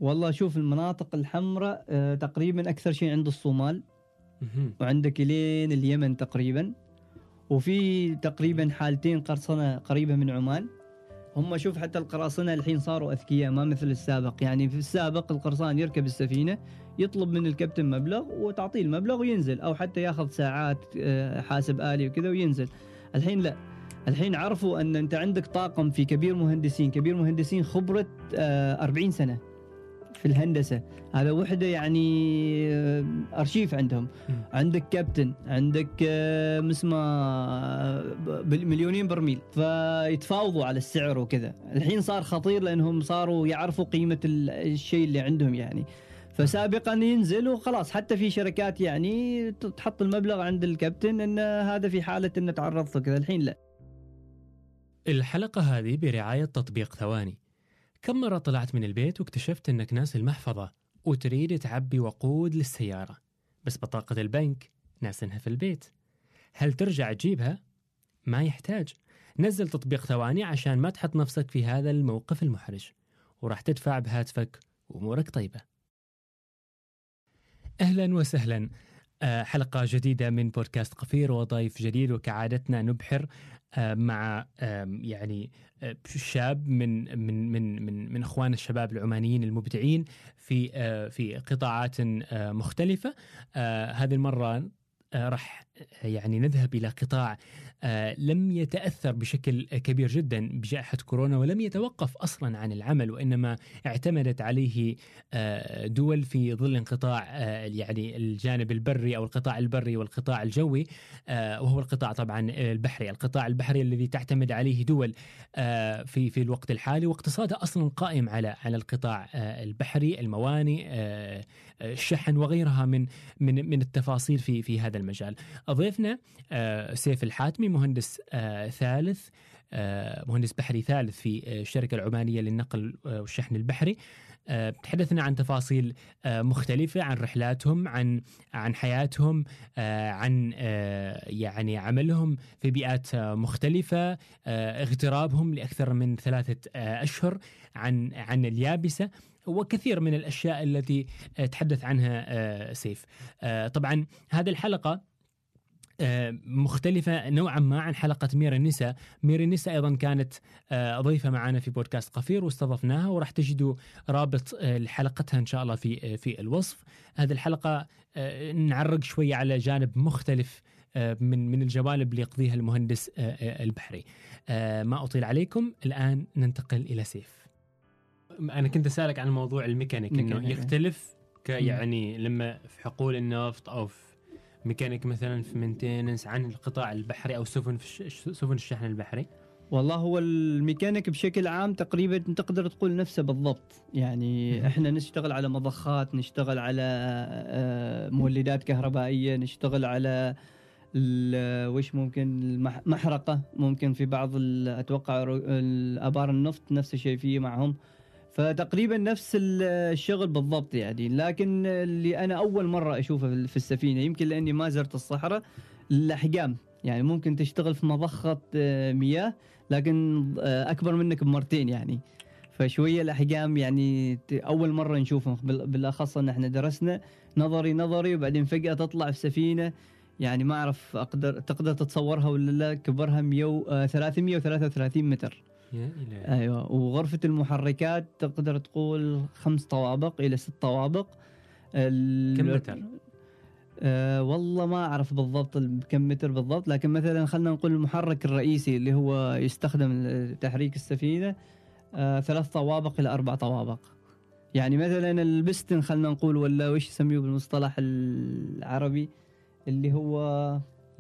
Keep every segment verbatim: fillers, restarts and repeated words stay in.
والله شوف المناطق الحمراء آه تقريبا أكثر شيء عند الصومال، وعندك لين اليمن تقريبا، وفي تقريبا حالتين قرصنة قريبة من عمان. هم شوف حتى القراصنة الحين صاروا أذكياء ما مثل السابق. يعني في السابق القرصان يركب السفينة يطلب من الكابتن مبلغ وتعطيه المبلغ وينزل، أو حتى ياخذ ساعات حاسب آلي وكذا وينزل. الحين لا، الحين عرفوا أن أنت عندك طاقم في كبير مهندسين كبير مهندسين خبرة أربعين سنة في الهندسة. هذا وحدة يعني أرشيف عندهم. م. عندك كابتن، عندك مسمى بالمليونين برميل، فيتفاوضوا على السعر وكذا. الحين صار خطير لأنهم صاروا يعرفوا قيمة الشيء اللي عندهم يعني. فسابقا ينزل وخلاص، حتى في شركات يعني تحط المبلغ عند الكابتن أن هذا في حالة أن تعرضت كذا. الحين لا. الحلقة هذه برعاية تطبيق ثواني. كم مرة طلعت من البيت واكتشفت أنك ناس المحفظة وتريد تعبي وقود للسيارة، بس بطاقة البنك ناسنها في البيت؟ هل ترجع تجيبها؟ ما يحتاج. نزل تطبيق ثواني عشان ما تحط نفسك في هذا الموقف المحرج، وراح تدفع بهاتفك وأمورك طيبة. أهلا وسهلا، حلقة جديدة من بودكاست قفير وضيف جديد، وكعادتنا نبحر مع يعني شاب من من من من من اخوان الشباب العمانيين المبدعين في في قطاعات مختلفة. هذه المرة راح يعني نذهب إلى قطاع لم يتأثر بشكل كبير جدا بجائحة كورونا، ولم يتوقف أصلا عن العمل، وإنما اعتمدت عليه دول في ظل انقطاع يعني الجانب البري أو القطاع البري والقطاع الجوي، وهو القطاع طبعا البحري. القطاع البحري الذي تعتمد عليه دول في في الوقت الحالي، واقتصادها أصلا قائم على على القطاع البحري، الموانئ، الشحن وغيرها من من من التفاصيل في في هذا المجال. أضيفنا سيف الحاتمي، مهندس ثالث مهندس بحري ثالث في الشركة العمانية للنقل والشحن البحري. تحدثنا عن تفاصيل مختلفة، عن رحلاتهم، عن عن حياتهم، عن يعني عملهم في بيئات مختلفة، اغترابهم لأكثر من ثلاثة أشهر، عن عن اليابسة، وكثير من الأشياء التي تحدث عنها سيف. طبعا هذه الحلقة مختلفة نوعا ما عن حلقة مير النساء. مير النساء أيضا كانت ضيفة معنا في بودكاست قفير واستضفناها، وراح تجدوا رابط لحلقتها إن شاء الله في في الوصف. هذه الحلقة نعرق شوية على جانب مختلف من من الجوانب اللي يقضيها المهندس البحري. ما أطيل عليكم، الآن ننتقل إلى سيف. أنا كنت أسألك عن موضوع الميكانيك، إنه يختلف يعني لما في حقول النفط أو في ميكانيك مثلا في مينتيننس عن القطاع البحري أو سفن في سفن الشحن البحري. والله هو الميكانيك بشكل عام تقريبا تقدر تقول نفسه بالضبط. يعني احنا نشتغل على مضخات، نشتغل على مولدات كهربائية، نشتغل على وش ممكن المحرقة، ممكن في بعض أتوقع الآبار النفط نفس الشيء فيه معهم. فتقريبا نفس الشغل بالضبط يعني. لكن اللي أنا أول مرة أشوفه في السفينة، يمكن لأني ما زرت الصحراء، الأحجام. يعني ممكن تشتغل في مضخة مياه لكن أكبر منك بمرتين يعني. فشوية الأحجام يعني أول مرة نشوفهم، بالأخص أن احنا درسنا نظري نظري وبعدين فجأة تطلع في سفينة. يعني ما أعرف أقدر تقدر تتصورها ولا لا، كبرها ثلاثمية وثلاثة وثلاثين متر. أيوة. وغرفة المحركات تقدر تقول خمس طوابق إلى ست طوابق. كم متر؟ أه والله ما أعرف بالضبط كم متر بالضبط، لكن مثلا خلنا نقول المحرك الرئيسي اللي هو يستخدم لتحريك السفينة أه ثلاث طوابق إلى أربع طوابق. يعني مثلا البستن خلنا نقول، ولا وش يسميه بالمصطلح العربي اللي هو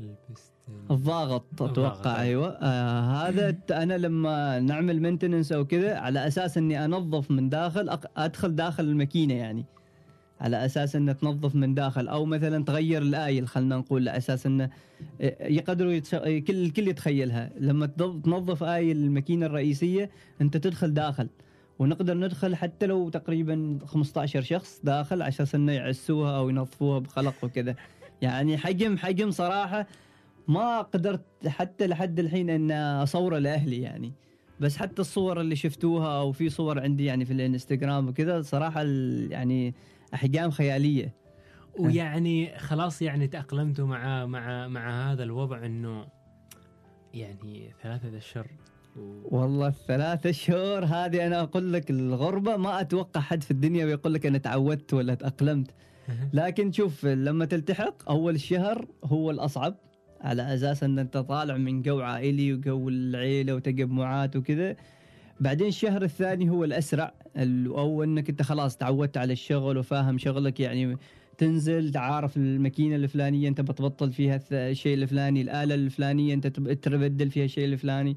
الضاغط أتوقع. أيوة. آه هذا أنا لما نعمل مينتننس أو كذا على أساس أني أنظف من داخل، أدخل داخل الماكينة يعني على أساس أن تنظف من داخل، أو مثلا تغير الآيل خلنا نقول على أساس أنه يقدروا يتش... كل الكل يتخيلها. لما تنظف آيل الماكينة الرئيسية أنت تدخل داخل، ونقدر ندخل حتى لو تقريبا خمسة عشر شخص داخل على أساس أنه يعسوها أو ينظفوها بقلق وكذا. يعني حجم حجم صراحة ما قدرت حتى لحد الحين أن أصوره لأهلي يعني. بس حتى الصور اللي شفتوها او في صور عندي يعني في الانستغرام وكذا صراحه يعني احجام خياليه. ويعني خلاص يعني تأقلمتوا مع مع مع هذا الوضع انه يعني ثلاثة اشهر و... والله الثلاثة شهور هذه انا اقول لك الغربه ما اتوقع حد في الدنيا بيقول لك انا تعودت ولا تأقلمت. لكن شوف لما تلتحق اول شهر هو الاصعب على اساس ان انت طالع من جو عائلي وجو العيله وتجمعات وكذا. بعدين الشهر الثاني هو الاسرع او انك انت خلاص تعودت على الشغل وفاهم شغلك يعني تنزل تعرف الماكينه الفلانيه انت بتبطل فيها الشيء الفلاني الاله الفلانيه انت تبدل فيها الشيء الفلاني.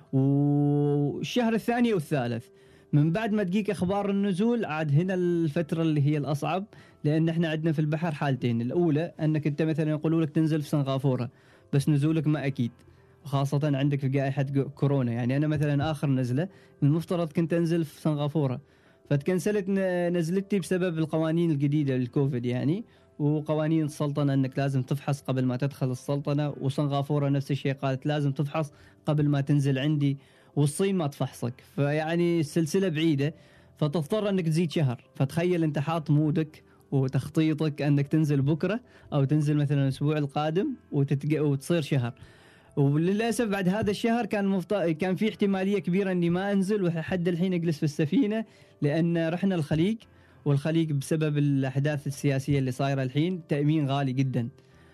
والشهر الثاني والثالث من بعد ما تجيك اخبار النزول عاد هنا الفتره اللي هي الاصعب لان احنا عندنا في البحر حالتين. الاولى انك انت مثلا يقولوا لك تنزل في سنغافوره بس نزولك ما اكيد وخاصه عندك في جائحه كورونا. يعني انا مثلا اخر نزله المفترض كنت انزل في سنغافوره فتكنسلت نزلتي بسبب القوانين الجديده للكوفيد يعني وقوانين السلطنه انك لازم تفحص قبل ما تدخل السلطنه وسنغافوره نفس الشيء قالت لازم تفحص قبل ما تنزل عندي والصين ما تفحصك. فيعني السلسله بعيده فتضطر انك تزيد شهر. فتخيل انت حاط مودك وتخطيطك انك تنزل بكره او تنزل مثلا الاسبوع القادم وتتج... وتصير شهر. وللاسف بعد هذا الشهر كان مفت... كان في احتماليه كبيره اني ما انزل ولحد الحين اجلس في السفينه لان رحنا الخليج والخليج بسبب الاحداث السياسيه اللي صايره الحين تامين غالي جدا.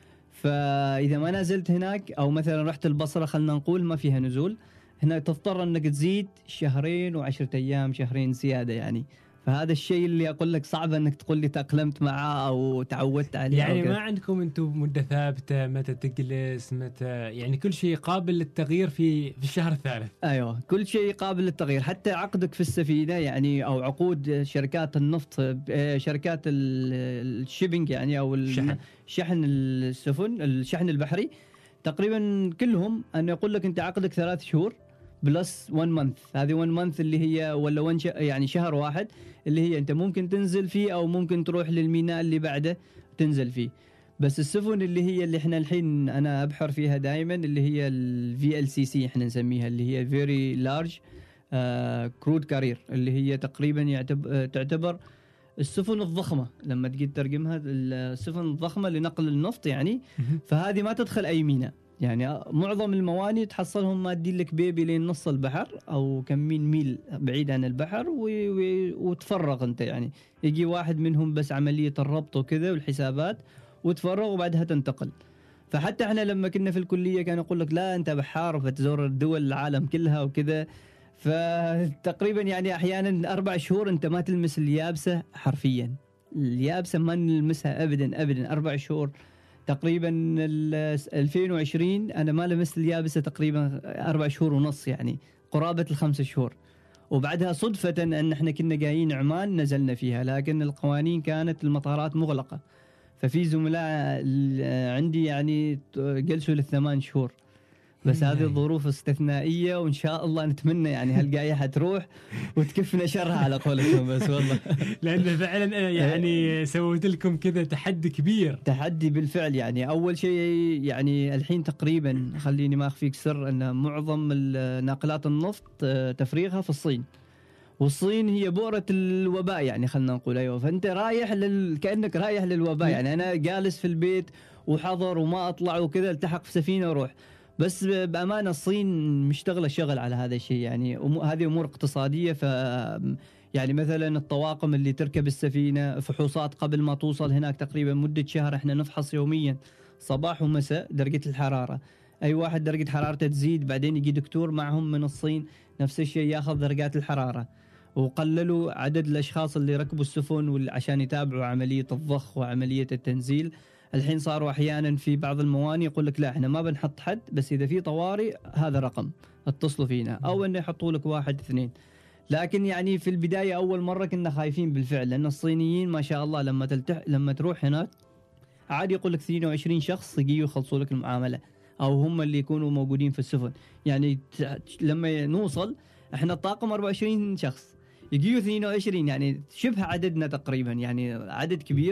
فاذا ما نزلت هناك او مثلا رحت البصره خلنا نقول ما فيها نزول هنا تضطر انك تزيد شهرين وعشرة ايام شهرين زياده يعني. فهذا الشيء اللي اقول لك صعب انك تقول لي تأقلمت معاه او تعودت عليه يعني ما عندكم انتم مده ثابته متى تجلس متى يعني كل شيء قابل للتغيير في في الشهر الثالث. ايوه كل شيء قابل للتغيير حتى عقدك في السفينه يعني او عقود شركات النفط شركات الشيبينج يعني او الشحن شحن السفن الشحن البحري تقريبا كلهم انه يقول لك انت عقدك ثلاث شهور بلس one month. هذه one month اللي هي ولا one يعني شهر واحد اللي هي انت ممكن تنزل فيه او ممكن تروح للميناء اللي بعده تنزل فيه. بس السفن اللي هي اللي احنا الحين انا ابحر فيها دائما اللي هي ال في إل سي سي احنا نسميها اللي هي very large crude carrier اللي هي تقريبا يعتبر تعتبر السفن الضخمة لما تجي تترجمها السفن الضخمة لنقل النفط يعني. فهذه ما تدخل اي ميناء يعني معظم المواني تحصلهم مادين لك بيبي لين نص البحر او كمين ميل بعيد عن البحر وتفرغ انت يعني يجي واحد منهم بس عملية الربط وكذا والحسابات وتفرغ وبعدها تنتقل. فحتى احنا لما كنا في الكلية كانوا يقول لك لا انت بحار فتزور الدول العالم كلها وكذا. فتقريبا يعني احيانا اربع شهور انت ما تلمس اليابسة حرفيا اليابسة ما نلمسها ابدا ابدا اربع شهور. تقريبا ألفين وعشرين أنا ما لمست اليابسة تقريبا أربع شهور ونص يعني قرابة الخمس شهور. وبعدها صدفة أن احنا كنا جايين عمان نزلنا فيها لكن القوانين كانت المطارات مغلقة. ففي زملاء عندي يعني جلسوا للثمان شهور بس هذه الظروف استثنائية وإن شاء الله نتمنى يعني هالجائحة تروح وتكفنا شرها على قولتهم بس والله لأن فعلا يعني سويت لكم كذا تحدي كبير. تحدي بالفعل يعني أول شيء يعني الحين تقريبا خليني ما أخفيك سر أن معظم ناقلات النفط تفريغها في الصين والصين هي بؤرة الوباء يعني خلنا نقول أيوة. فأنت رايح لل... كأنك رايح للوباء يعني أنا جالس في البيت وحضر وما أطلع وكذا التحق في سفينة وروح. بس بأمانة الصين مشتغلة شغل على هذا الشيء يعني أمو... هذه أمور اقتصادية. ف يعني مثلا الطواقم اللي تركب السفينة فحوصات قبل ما توصل هناك تقريبا مدة شهر احنا نفحص يوميا صباح ومساء درجة الحرارة. أي واحد درجة حرارته تزيد بعدين يجي دكتور معهم من الصين نفس الشيء ياخذ درجات الحرارة. وقللوا عدد الأشخاص اللي ركبوا السفن عشان يتابعوا عملية الضخ وعملية التنزيل. الحين صاروا أحيانا في بعض المواني يقول لك لا احنا ما بنحط حد بس إذا في طوارئ هذا رقم اتصلوا فينا أو أنه يحطوا لك واحد اثنين. لكن يعني في البداية أول مرة كنا خايفين بالفعل لأن الصينيين ما شاء الله لما تلتح لما تروح هناك عادي يقول لك اثنين وعشرين شخص يجيوا يخلصوا لك المعاملة أو هم اللي يكونوا موجودين في السفن. يعني لما نوصل احنا الطاقم أربعة وعشرين شخص يجيوا اثنين وعشرين يعني شبه عددنا تقريبا يعني عدد كبير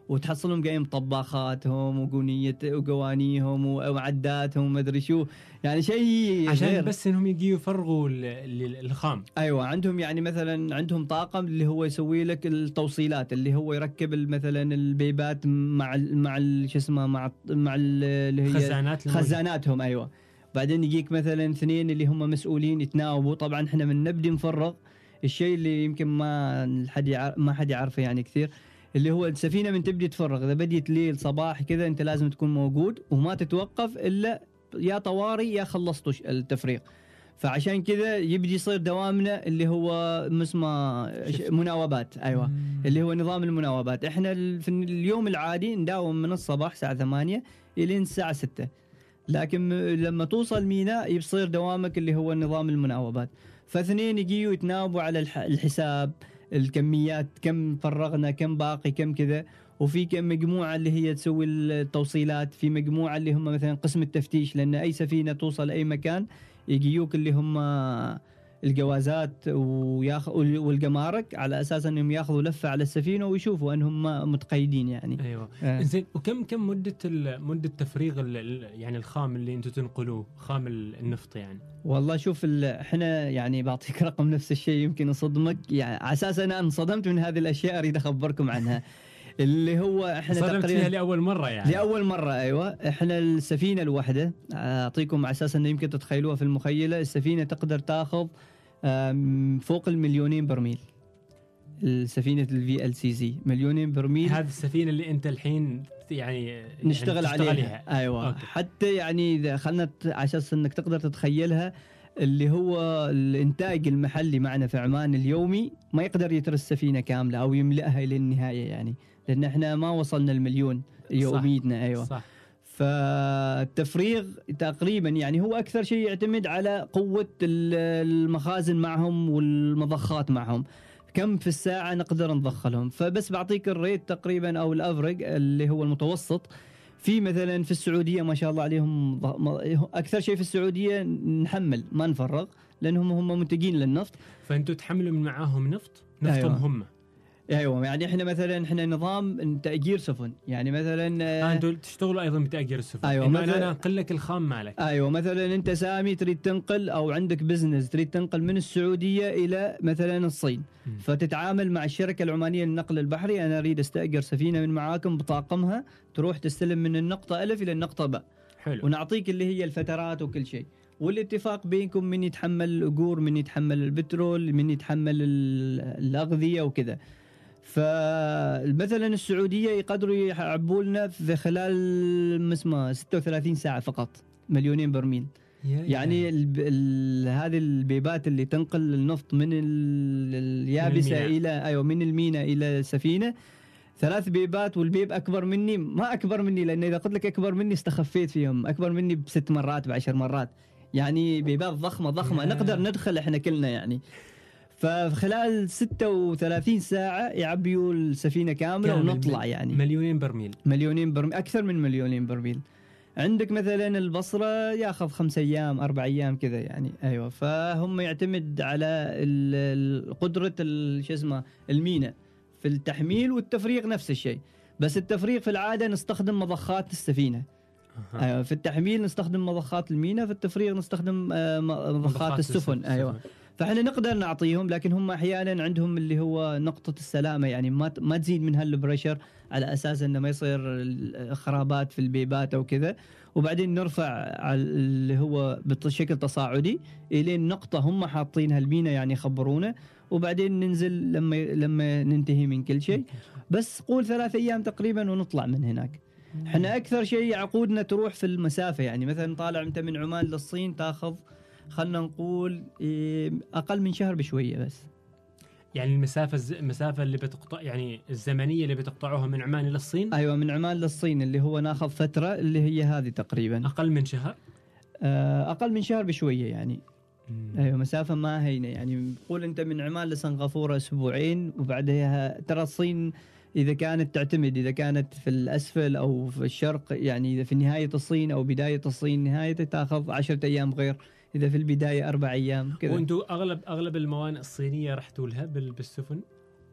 وتحصلهم جايين طباخاتهم وقونية وقوانيهم ومعداتهم وما ادري شو، يعني شيء عشان غير. بس انهم يجي يفرغوا الخام. ايوه عندهم يعني مثلا عندهم طاقم اللي هو يسوي لك التوصيلات، اللي هو يركب مثلا البيبات مع ال مع ال شو اسمه مع مع ال اللي هي خزانات خزاناتهم. ايوه بعدين يجيك مثلا اثنين اللي هم مسؤولين يتناوبوا. طبعا احنا من نبدي نفرغ الشيء اللي يمكن ما حد ما حد يعرفه يعني كثير، اللي هو السفينه من تبدي تفرغ اذا بديت ليل صباح كذا انت لازم تكون موجود وما تتوقف الا يا طوارئ يا خلصتوا التفريغ. فعشان كذا يبدي يصير دوامنا اللي هو اسمه مناوبات. ايوه مم. اللي هو نظام المناوبات. احنا في اليوم العادي نداوم من الصباح الساعه ثمانية الى الساعه ستة، لكن لما توصل ميناء يصير دوامك اللي هو نظام المناوبات. فاثنين يجيوا يتناوبوا على الحساب، الكميات كم فرغنا كم باقي كم كذا، وفي كم مجموعة اللي هي تسوي التوصيلات، في مجموعة اللي هم مثلا قسم التفتيش، لأن أي سفينة توصل أي مكان يجيوك اللي هم الجوازات والجمارك على أساس أنهم يأخذوا لفة على السفينة ويشوفوا أنهم متقيدين يعني. أيوة. آه. زين وكم كم مدة مدة تفريغ يعني الخام اللي أنتم تنقلوه، خام النفط يعني؟ والله شوف احنا يعني بعطيك رقم نفس الشيء يمكن يصدمك، يعني على أساس أنا انصدمت من هذه الأشياء أريد أخبركم عنها. اللي هو احنا صدمت فيها لأول مرة يعني. لأول مرة أيوة. احنا السفينة الواحدة أعطيكم على أساس أنه يمكن تتخيلوها في المخيلة، السفينة تقدر تأخذ فوق المليونين برميل. السفينة الفي ال سي سي مليونين برميل. هذه السفينة اللي أنت الحين يعني نشتغل يعني عليها. عليها. أيوة أوكي. حتى يعني إذا خلنا على أساس أنك تقدر تتخيلها، اللي هو الإنتاج المحلي معنا في عمان اليومي ما يقدر يترس السفينة كاملة أو يملأها إلى النهاية يعني، لأن إحنا ما وصلنا المليون يوميتنا. أيوة صح. فالتفريغ تقريبا يعني هو أكثر شيء يعتمد على قوة المخازن معهم والمضخات معهم، كم في الساعة نقدر نضخلهم. فبس بعطيك الريت تقريبا أو الأفرج اللي هو المتوسط. في مثلا في السعودية ما شاء الله عليهم أكثر شيء في السعودية نحمل ما نفرغ لأنهم هم منتجين للنفط. فأنتوا تحملوا من معاهم نفط نفتهم. أيوة. هم ايوه يعني احنا مثلا احنا نظام تأجير سفن يعني مثلا آه انتوا تشتغلوا ايضا بتأجير السفن. ايوه مثلا انا انقل لك الخام مالك. ايوه مثلا انت سامي تريد تنقل او عندك بزنس تريد تنقل من السعوديه الى مثلا الصين، م. فتتعامل مع الشركه العمانيه للنقل البحري، انا اريد استأجر سفينه من معاكم بطاقمها تروح تستلم من النقطه الف الى النقطه باء. حلو. ونعطيك اللي هي الفترات وكل شيء، والاتفاق بينكم من يتحمل الاجور من يتحمل البترول من يتحمل الاغذيه وكذا. فمثلا السعودية يقدروا يعبوا لنا في خلال اسمه ستة وثلاثين ساعة فقط مليونين برميل. يعني هذه البيبات اللي تنقل النفط من اليابسة إلى أيوة من الميناء إلى السفينة ثلاث بيبات، والبيب أكبر مني ما أكبر مني لأن إذا قلت لك أكبر مني استخفيت فيهم، أكبر مني بست مرات بعشر مرات، يعني بيبات ضخمة ضخمة نقدر ندخل إحنا كلنا يعني. فخلال ستة وثلاثين ساعة يعبيوا السفينة كاملة ونطلع يعني مليونين برميل. مليونين برميل أكثر من مليونين برميل. عندك مثلا البصرة ياخذ خمس أيام أربع أيام كذا يعني. أيوة فهم يعتمد على قدرة شو اسمه الميناء في التحميل والتفريغ نفس الشيء، بس التفريغ في العادة نستخدم مضخات السفينة. أه. أيوة في التحميل نستخدم مضخات الميناء، في التفريغ نستخدم مضخات السفن. أيوة فاحنا نقدر نعطيهم، لكن هم احيانا عندهم اللي هو نقطة السلامة يعني ما ما تزيد من هالبريشر على اساس انه ما يصير خرابات في البيبات او كذا، وبعدين نرفع على اللي هو بشكل تصاعدي الى نقطة هم حاطينها المينا يعني يخبرونا، وبعدين ننزل لما لما ننتهي من كل شيء. بس قول ثلاث ايام تقريبا ونطلع من هناك. احنا اكثر شيء عقودنا تروح في المسافة، يعني مثلا طالع انت من عمان للصين تاخذ خلنا نقول أقل من شهر بشوية بس. يعني المسافة المسافة اللي بتقطع يعني الزمنية اللي بتقطعوها من عمان إلى الصين؟ أيوة من عمان للصين اللي هو ناخذ فترة اللي هي هذه تقريبا أقل من شهر؟ أقل من شهر بشوية يعني. مم. أيوة مسافة ما هينة يعني. قول أنت من عمان لسنغافورة أسبوعين، وبعدها ترى الصين إذا كانت تعتمد إذا كانت في الأسفل أو في الشرق يعني، إذا في نهاية الصين أو بداية الصين نهايته تأخذ عشرة أيام غير إذا في البداية أربع أيام كذا. وأنتوا أغلب أغلب الموانئ الصينية رحتوا لها بالسفن؟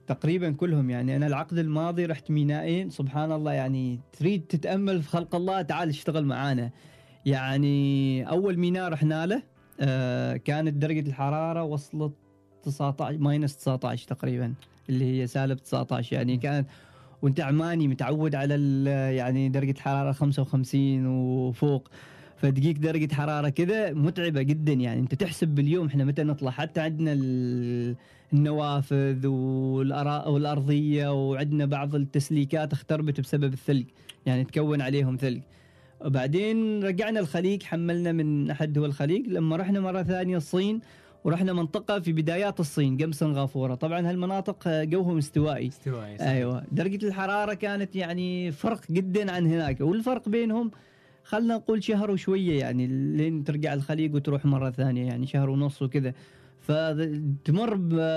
تقريبا كلهم يعني. أنا العقد الماضي رحت مينائين، سبحان الله يعني تريد تتأمل في خلق الله، تعال اشتغل معانا. يعني أول ميناء رحنا له آه كانت درجة الحرارة وصلت تسعة عشر ماينس تسعة عشر تقريبا، اللي هي سالب تسعة عشر يعني. كانت وانت عماني متعود على يعني درجة الحرارة خمسة وخمسين وفوق، فدقيق درجة حرارة كذا متعبة جدا يعني. انت تحسب باليوم احنا متى نطلع، حتى عندنا النوافذ والأرضية وعندنا بعض التسليكات اختربت بسبب الثلج، يعني تكون عليهم ثلج. وبعدين رجعنا الخليج، حملنا من أحد دول الخليج. لما رحنا مرة ثانية الصين، ورحنا منطقة في بدايات الصين جنب سنغافورة. طبعا هالمناطق جوهم استوائي استوائي أيوة. درجة الحرارة كانت يعني فرق جدا عن هناك، والفرق بينهم خلنا نقول شهر وشوية يعني، لين ترجع الخليج وتروح مرة ثانية يعني شهر ونص وكذا. فتمر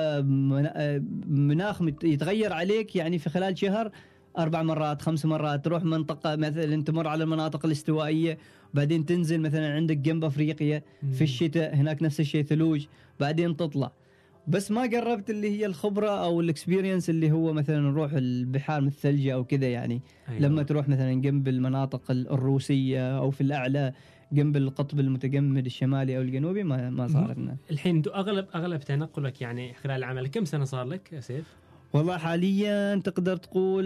بمناخ يتغير عليك يعني في خلال شهر أربع مرات خمس مرات. تروح منطقة مثلا تمر على المناطق الاستوائية، بعدين تنزل مثلا عندك جنب أفريقيا في الشتاء، هناك نفس الشيء ثلوج، بعدين تطلع. بس ما قربت اللي هي الخبرة أو الإكسبيرينس اللي هو مثلا نروح البحار مثل الثلج أو كذا يعني. أيوة. لما تروح مثلا جنب المناطق الروسية أو في الأعلى جنب القطب المتجمد الشمالي أو الجنوبي ما ما صارت لنا. الحين أنت أغلب أغلب تنقلك يعني خلال العمل كم سنة صار لك يا سيف؟ والله حاليا تقدر تقول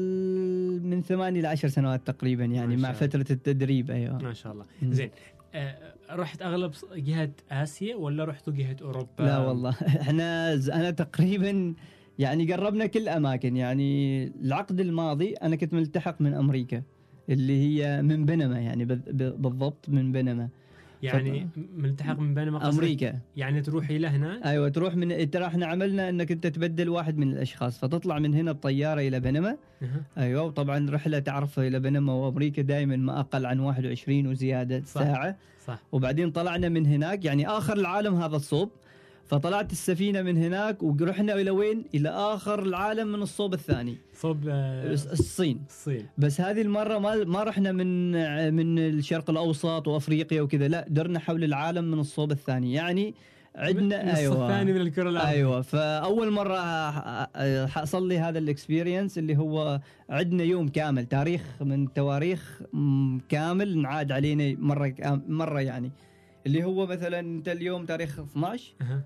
من ثمانية إلى عشر سنوات تقريبا يعني، مع فترة التدريب. أيوة ما شاء الله. زين، آه رحت أغلب جهة آسيا ولا رحتوا جهة أوروبا؟ لا والله احنا أنا تقريبا يعني قربنا كل أماكن يعني. العقد الماضي أنا كنت ملتحق من أمريكا اللي هي من بنما يعني، بالضبط من بنما يعني ف... ملتحق من بنما أمريكا يعني تروح إلى هنا. أيوة تروح من ترى احنا عملنا أنك أنت تبدل واحد من الأشخاص، فتطلع من هنا بطيارة إلى بنما. أه. أيوة. وطبعا رحلة تعرف إلى بنما وأمريكا دائما ما أقل عن واحد وعشرين وزيادة صح. ساعة. صح. وبعدين طلعنا من هناك يعني آخر العالم هذا الصوب، فطلعت السفينة من هناك ورحنا إلى وين؟ إلى آخر العالم من الصوب الثاني، صوب الصين. الصين. بس هذه المرة ما ما رحنا من من الشرق الأوسط وأفريقيا وكذا، لا درنا حول العالم من الصوب الثاني يعني. عندنا أيوة الثاني من الكرة الأرضية. أيوة. فأول مرة حصل لي هذا الإكسبيرينس اللي هو عندنا يوم كامل تاريخ من تواريخ كامل نعاد علينا مرة مرة يعني، اللي هو مثلا انت اليوم تاريخ اثناشر أه.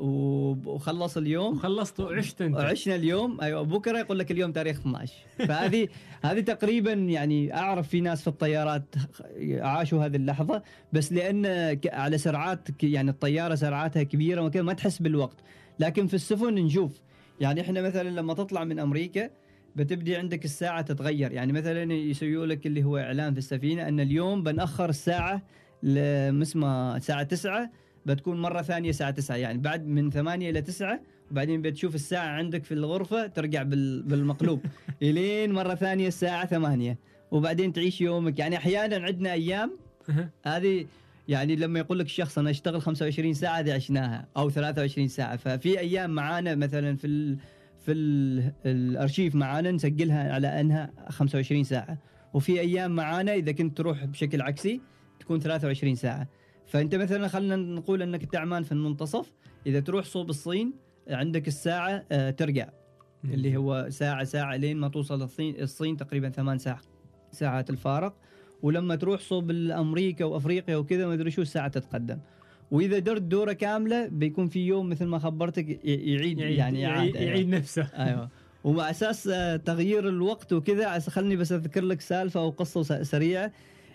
وخلص اليوم وخلصت وعشت انت وعشنا اليوم. ايوه بكره يقول لك اليوم تاريخ اثناشر. فهذه هذه تقريبا يعني اعرف في ناس في الطيارات عاشوا هذه اللحظه، بس لان على سرعات يعني الطياره سرعاتها كبيره وكذا ما تحس بالوقت. لكن في السفن نشوف يعني احنا مثلا لما تطلع من امريكا بتبدي عندك الساعه تتغير يعني. مثلا يسويوا لك اللي هو اعلان في السفينه ان اليوم بنأخر الساعه لمسمى الساعة تسعة، بتكون مرة ثانية الساعة تسعة يعني بعد من ثمانية إلى تسعة، وبعدين بتشوف الساعة عندك في الغرفة ترجع بالمقلوب إلين مرة ثانية الساعة ثمانية، وبعدين تعيش يومك يعني. أحيانا عندنا أيام هذه يعني لما يقول لك الشخص أنا أشتغل خمسة وعشرين ساعة هذه عشناها أو ثلاثة وعشرين ساعة. ففي أيام معانا مثلا في ال في ال الأرشيف معانا نسجلها على أنها خمسة وعشرين ساعة، وفي أيام معانا إذا كنت تروح بشكل عكسي تكون ثلاثة وعشرين ساعة. فأنت مثلا خلنا نقول أنك تعمان في المنتصف، إذا تروح صوب الصين عندك الساعة آه ترجع اللي هو ساعة ساعة لين ما توصل الصين الصين تقريبا ثمان ساعات ساعات الفارق. ولما تروح صوب أمريكا وأفريقيا وكذا ما أدري شو الساعة تتقدم. وإذا درت دورة كاملة بيكون في يوم مثل ما خبرتك يعيد, يعيد يعني يعيد, يعيد نفسه. أيوة. ومع أساس آه تغيير الوقت وكذا خلني بس أذكر لك سالفة أو قصة سريعة.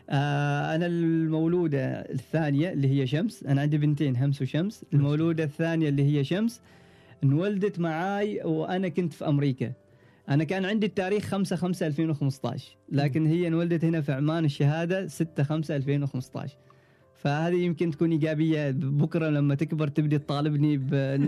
آه أنا المولودة الثانية اللي هي شمس، أنا عندي بنتين همس وشمس. المولودة الثانية اللي هي شمس انولدت معاي وأنا كنت في أمريكا. أنا كان عندي التاريخ خمسة خمسة ألفين وخمسة عشر، لكن هي انولدت هنا في عمان الشهادة ستة خمسة ألفين وخمسة عشر. فهذه يمكن تكون إيجابية. بكرة لما تكبر تبدي تطالبني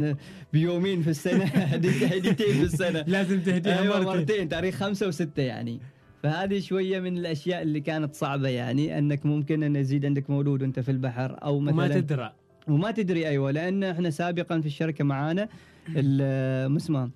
بيومين في السنة هديتين في السنة لازم تهديها أيوة مرتين. مرتين تاريخ خمسة وستة يعني. فهذه شوية من الأشياء اللي كانت صعبة يعني، أنك ممكن أن يزيد عندك مولود وأنت في البحر أو مثلا وما تدري وما تدري أيوة. لأن إحنا سابقا في الشركة معانا المسمى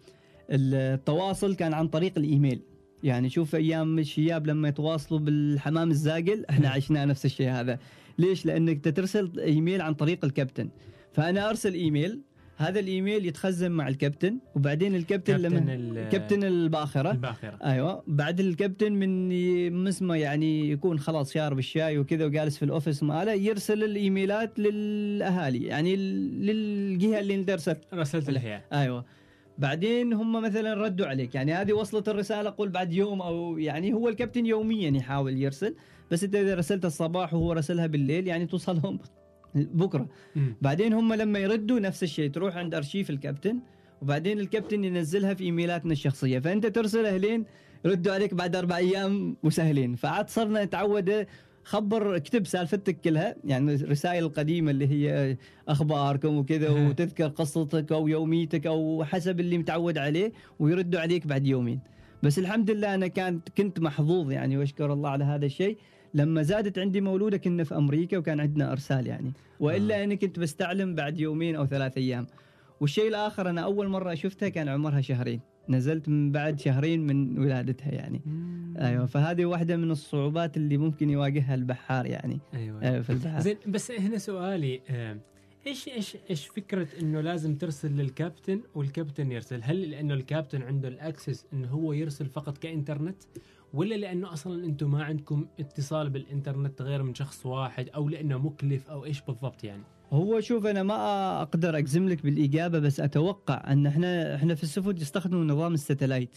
التواصل كان عن طريق الإيميل يعني. شوف أيام الشياب لما يتواصلوا بالحمام الزاقل إحنا عشنا نفس الشيء هذا. ليش؟ لأنك ترسل إيميل عن طريق الكابتن. فأنا أرسل إيميل، هذا الايميل يتخزن مع الكابتن، وبعدين الكابتن لما كابتن الباخره الباخره ايوه بعد الكابتن من مسمى يعني يكون خلاص شارب الشاي وكذا وجالس في الاوفيس ماله، يرسل الايميلات للاهالي يعني للجهه اللي انت رسلت لها. ايوه بعدين هم مثلا ردوا عليك، يعني هذه وصلت الرساله قول بعد يوم، او يعني هو الكابتن يوميا يحاول يرسل، بس انت اذا رسلت الصباح وهو رسلها بالليل يعني توصلهم بكره. م. بعدين هم لما يردوا نفس الشيء تروح عند ارشيف الكابتن، وبعدين الكابتن ينزلها في ايميلاتنا الشخصيه، فانت ترسلها لين يردوا عليك بعد اربع ايام وسهلين. فعاد صرنا نتعود خبر اكتب سالفتك كلها، يعني الرسائل القديمه اللي هي اخباركم وكذا وتذكر قصتك او يوميتك او حسب اللي متعود عليه، ويردوا عليك بعد يومين. بس الحمد لله انا كانت كنت محظوظ يعني، واشكر الله على هذا الشيء. لما زادت عندي مولودة كنا في أمريكا وكان عندنا إرسال يعني، وإلا آه. أنا كنت بستعلم بعد يومين أو ثلاث أيام. والشيء الآخر أنا أول مرة شفتها كان عمرها شهرين، نزلت من بعد شهرين من ولادتها يعني. مم. أيوة فهذه واحدة من الصعوبات اللي ممكن يواجهها البحار يعني. أيوة. أيوة في البحر. زين بس هنا سؤالي آه. إيش إيش إيش فكرة إنه لازم ترسل للكابتن والكابتن يرسل؟ هل لأنه الكابتن عنده الأكسس إنه هو يرسل فقط كإنترنت، ولا لأنه أصلاً أنتم ما عندكم اتصال بالإنترنت غير من شخص واحد، أو لأنه مكلف، أو إيش بالضبط يعني؟ هو شوف أنا ما أقدر أجزم لك بالإجابة، بس أتوقع أن إحنا إحنا في السفن يستخدموا نظام الساتلايت،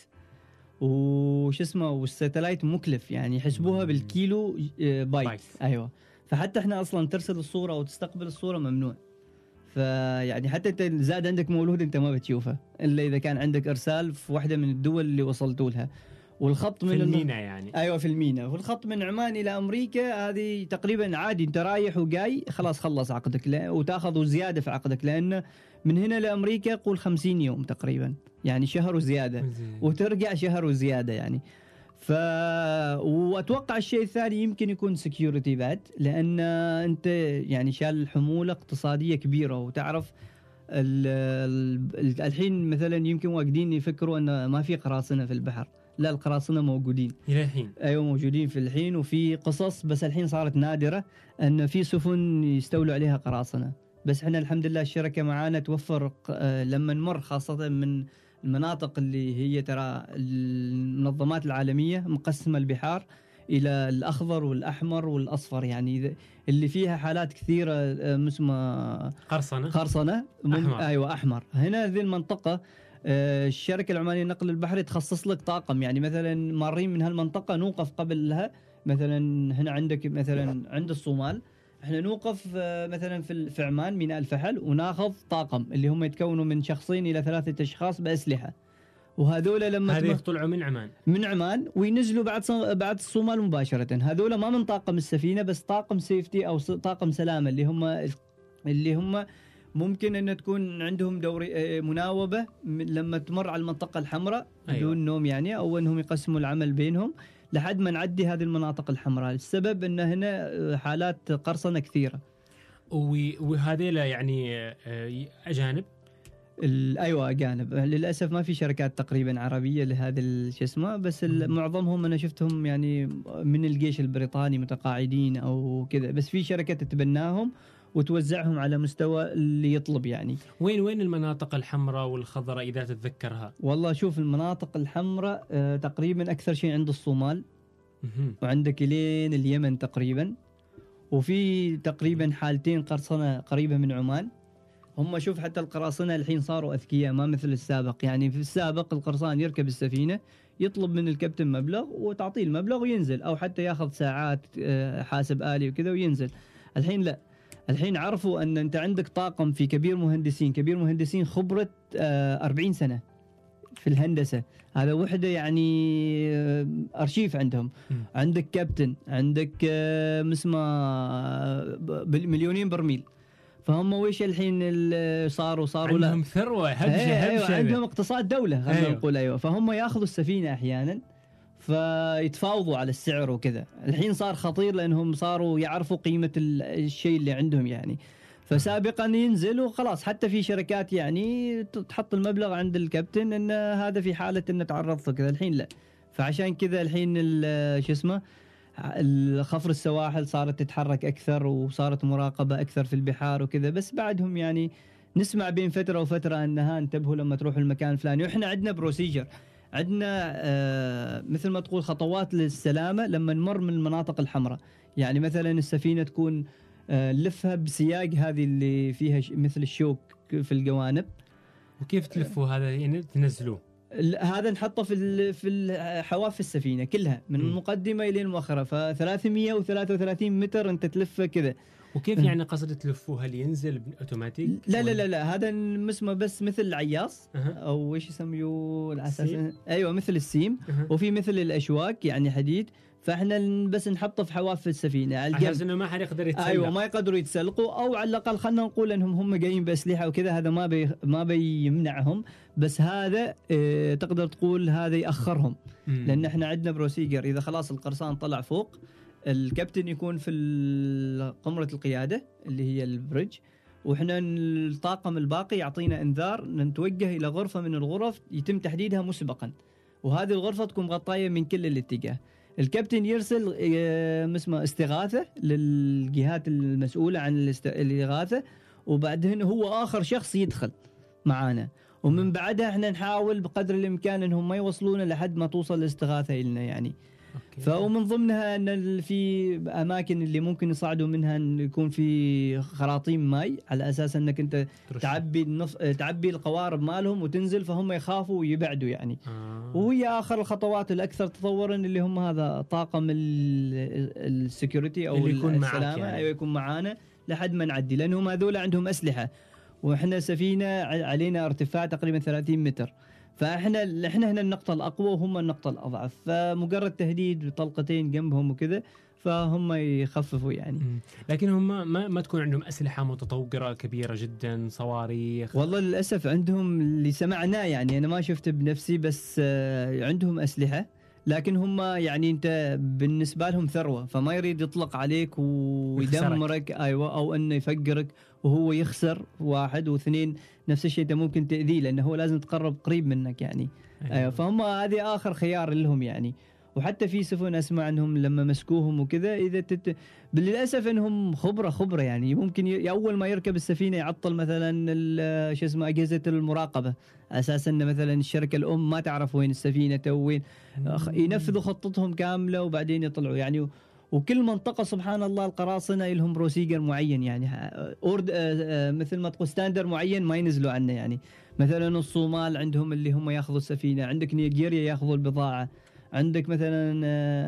وش اسمه والساتلايت مكلف يعني يحسبوها بالكيلو بايت. بايت. أيوة فحتى إحنا أصلاً ترسل الصورة أو تستقبل الصورة ممنوع. فيعني حتى انت زاد عندك مولود انت ما بتشوفه الا اذا كان عندك ارسال في واحده من الدول اللي وصلتوا لها. والخط من في المينا يعني ايوه في المينا، والخط من عمان الى امريكا هذه تقريبا عادي، انت رايح وجاي خلاص خلص عقدك لا وتاخذ زياده في عقدك، لان من هنا لامريكا قول خمسين يوم تقريبا يعني شهر وزياده، وترجع شهر وزياده يعني. ف واتوقع الشيء الثاني يمكن يكون سكيورتي بعد، لان انت يعني شال الحموله اقتصاديه كبيره، وتعرف ال... ال... الحين مثلا يمكن واجدين يفكروا ان ما في قراصنه في البحر، لا القراصنه موجودين الى الحين. ايوه موجودين في الحين، وفي قصص بس الحين صارت نادره ان في سفن يستولوا عليها قراصنه. بس احنا الحمد لله الشركه معانا توفر لما نمر خاصه من المناطق اللي هي ترى المنظمات العالمية مقسمة البحار إلى الأخضر والأحمر والأصفر، يعني اللي فيها حالات كثيرة اسمها قرصنة قرصنة أحمر. أيوة أحمر. هنا ذي المنطقة الشركة العمانية للنقل البحري تخصص لك طاقم، يعني مثلا مارين من هالمنطقة نوقف قبل لها، مثلا هنا عندك مثلا عند الصومال احنا نوقف مثلا في في عمان ميناء الفحل وناخذ طاقم اللي هم يتكونوا من شخصين الى ثلاثه اشخاص باسلحه، وهذول لما هذول يطلعوا من عمان من عمان وينزلوا بعد بعد الصومال مباشره. هذول ما من طاقم السفينه بس طاقم سيفتي او طاقم سلامه، اللي هم اللي هم ممكن ان تكون عندهم دوري مناوبه لما تمر على المنطقه الحمراء بدون أيوة. نوم يعني، او انهم يقسموا العمل بينهم لحد ما نعدي هذه المناطق الحمراء. السبب ان هنا حالات قرصنه كثيره. وهذيلا يعني اجانب؟ ايوه اجانب للاسف، ما في شركات تقريبا عربيه لهذا شو اسمه، بس معظمهم انا شفتهم يعني من الجيش البريطاني متقاعدين او كذا، بس في شركه تتبناهم وتوزعهم على مستوى اللي يطلب يعني. وين وين المناطق الحمراء والخضراء إذا تتذكرها؟ والله شوف المناطق الحمراء آه تقريبا أكثر شيء عند الصومال وعندك لين اليمن تقريبا، وفي تقريبا حالتين قرصنة قريبة من عمان. هم شوف حتى القراصنة الحين صاروا أذكياء ما مثل السابق، يعني في السابق القرصان يركب السفينة يطلب من الكابتن مبلغ وتعطيه المبلغ وينزل، أو حتى ياخذ ساعات آه حاسب آلي وكذا وينزل. الحين لا، الحين عرفوا أن أنت عندك طاقم في كبير مهندسين كبير مهندسين خبرة أربعين سنة في الهندسة، هذا وحدة يعني أرشيف عندهم. م. عندك كابتن، عندك مسمى مليونين برميل، فهم ويش الحين صاروا صاروا عندهم ثروة هبشة أيوة هبشة عندهم اقتصاد دولة خلينا أيوة. نقول أيوة. فهم يأخذوا السفينة أحيانا فيتفاوضوا على السعر وكذا. الحين صار خطير لأنهم صاروا يعرفوا قيمة الشيء اللي عندهم يعني. فسابقا ينزل وخلاص، حتى في شركات يعني تحط المبلغ عند الكابتن ان هذا في حالة ان تعرضت كذا. الحين لا، فعشان كذا الحين شو اسمه خفر السواحل صارت تتحرك اكثر وصارت مراقبة اكثر في البحار وكذا، بس بعدهم يعني نسمع بين فتره وفتره انها انتبهوا لما تروحوا المكان الفلاني. واحنا عندنا بروسيجر، عندنا آه مثل ما تقول خطوات للسلامه لما نمر من المناطق الحمراء. يعني مثلا السفينه تكون آه نلفها بسياق هذه اللي فيها مثل الشوك في الجوانب. وكيف تلفوا هذا يعني تنزلوه؟ هذا نحطه في في حواف السفينه كلها من م. المقدمه الى المؤخره، ف ثلاثمية وثلاثة وثلاثين متر انت تلفه كذا. وكيف يعني قصد تلفوه؟ هل ينزل اوتوماتيك؟ لا لا لا لا هذا اسمه بس مثل العياص أه. او ايش يسموه الاساس، ايوه مثل السيم أه. وفي مثل الاشواك يعني حديد، فاحنا بس نحطه في حواف السفينه على الجنب عشان انه ما حد يقدر يتسلق. ايوه ما يقدروا يتسلقوا، او على الاقل خلينا نقول انهم هم جايين باسلحه وكذا، هذا ما بي ما بيمنعهم، بس هذا اه تقدر تقول هذا ياخرهم. مم. لان احنا عندنا بروسيجر، اذا خلاص القرصان طلع فوق الكابتن يكون في قمره القياده اللي هي البريدج، واحنا الطاقم الباقي يعطينا انذار نتوجه الى غرفه من الغرف يتم تحديدها مسبقا، وهذه الغرفه تكون مغطيه من كل الاتجاه. الكابتن يرسل اسمه استغاثة للجهات المسؤولة عن الاستغاثة، وبعدين هو آخر شخص يدخل معانا، ومن بعدها احنا نحاول بقدر الإمكان انهم ما يوصلون لحد ما توصل الاستغاثة إلنا يعني. فمن ضمنها ان في اماكن اللي ممكن يصعدوا منها ان يكون في خراطيم ماي، على اساس انك انت تعبي النص تعبي القوارب مالهم وتنزل، فهم يخافوا ويبعدوا يعني. آه. وهي اخر الخطوات الاكثر تطورا اللي هم هذا طاقم السكيورتي او اللي يكون السلامه يعني. ايوه يكون معانا لحد ما نعدي، لانهم هذول عندهم اسلحه، واحنا سفينه علينا ارتفاع تقريبا ثلاثين متر، فاحنا احنا هنا النقطه الاقوى وهم النقطه الاضعف، فمجرد تهديد بطلقتين جنبهم وكذا فهم يخففوا يعني. م. لكن هم ما ما تكون عندهم اسلحه متطوره كبيره جدا، صواريخ؟ والله للاسف عندهم اللي سمعناه يعني، انا ما شفت بنفسي، بس عندهم اسلحه، لكن هم يعني انت بالنسبه لهم ثروه، فما يريد يطلق عليك ويدمرك. ايوه او انه يفقرك وهو يخسر واحد، واثنين نفس الشيء انت ممكن تاذيه لانه هو لازم تقرب قريب منك يعني. أيوة. أيوة فهم هذه اخر خيار لهم يعني. وحتى في سفن اسمع انهم لما مسكوهم وكذا اذا تت... بالللاسف انهم خبره خبره يعني، ممكن ي... اول ما يركب السفينه يعطل مثلا شو اسمه اجهزه المراقبه، اساسا ان مثلا الشركه الام ما تعرف وين السفينه وين، ينفذوا خطتهم كامله وبعدين يطلعوا يعني. وكل منطقه سبحان الله القراصنه لهم بروسيجر معين يعني، أورد مثل ما تقول ستاندر معين ما ينزلوا عنه يعني. مثلا الصومال عندهم اللي هم ياخذوا السفينه، عندك نيجيريا ياخذوا البضاعه، عندك مثلا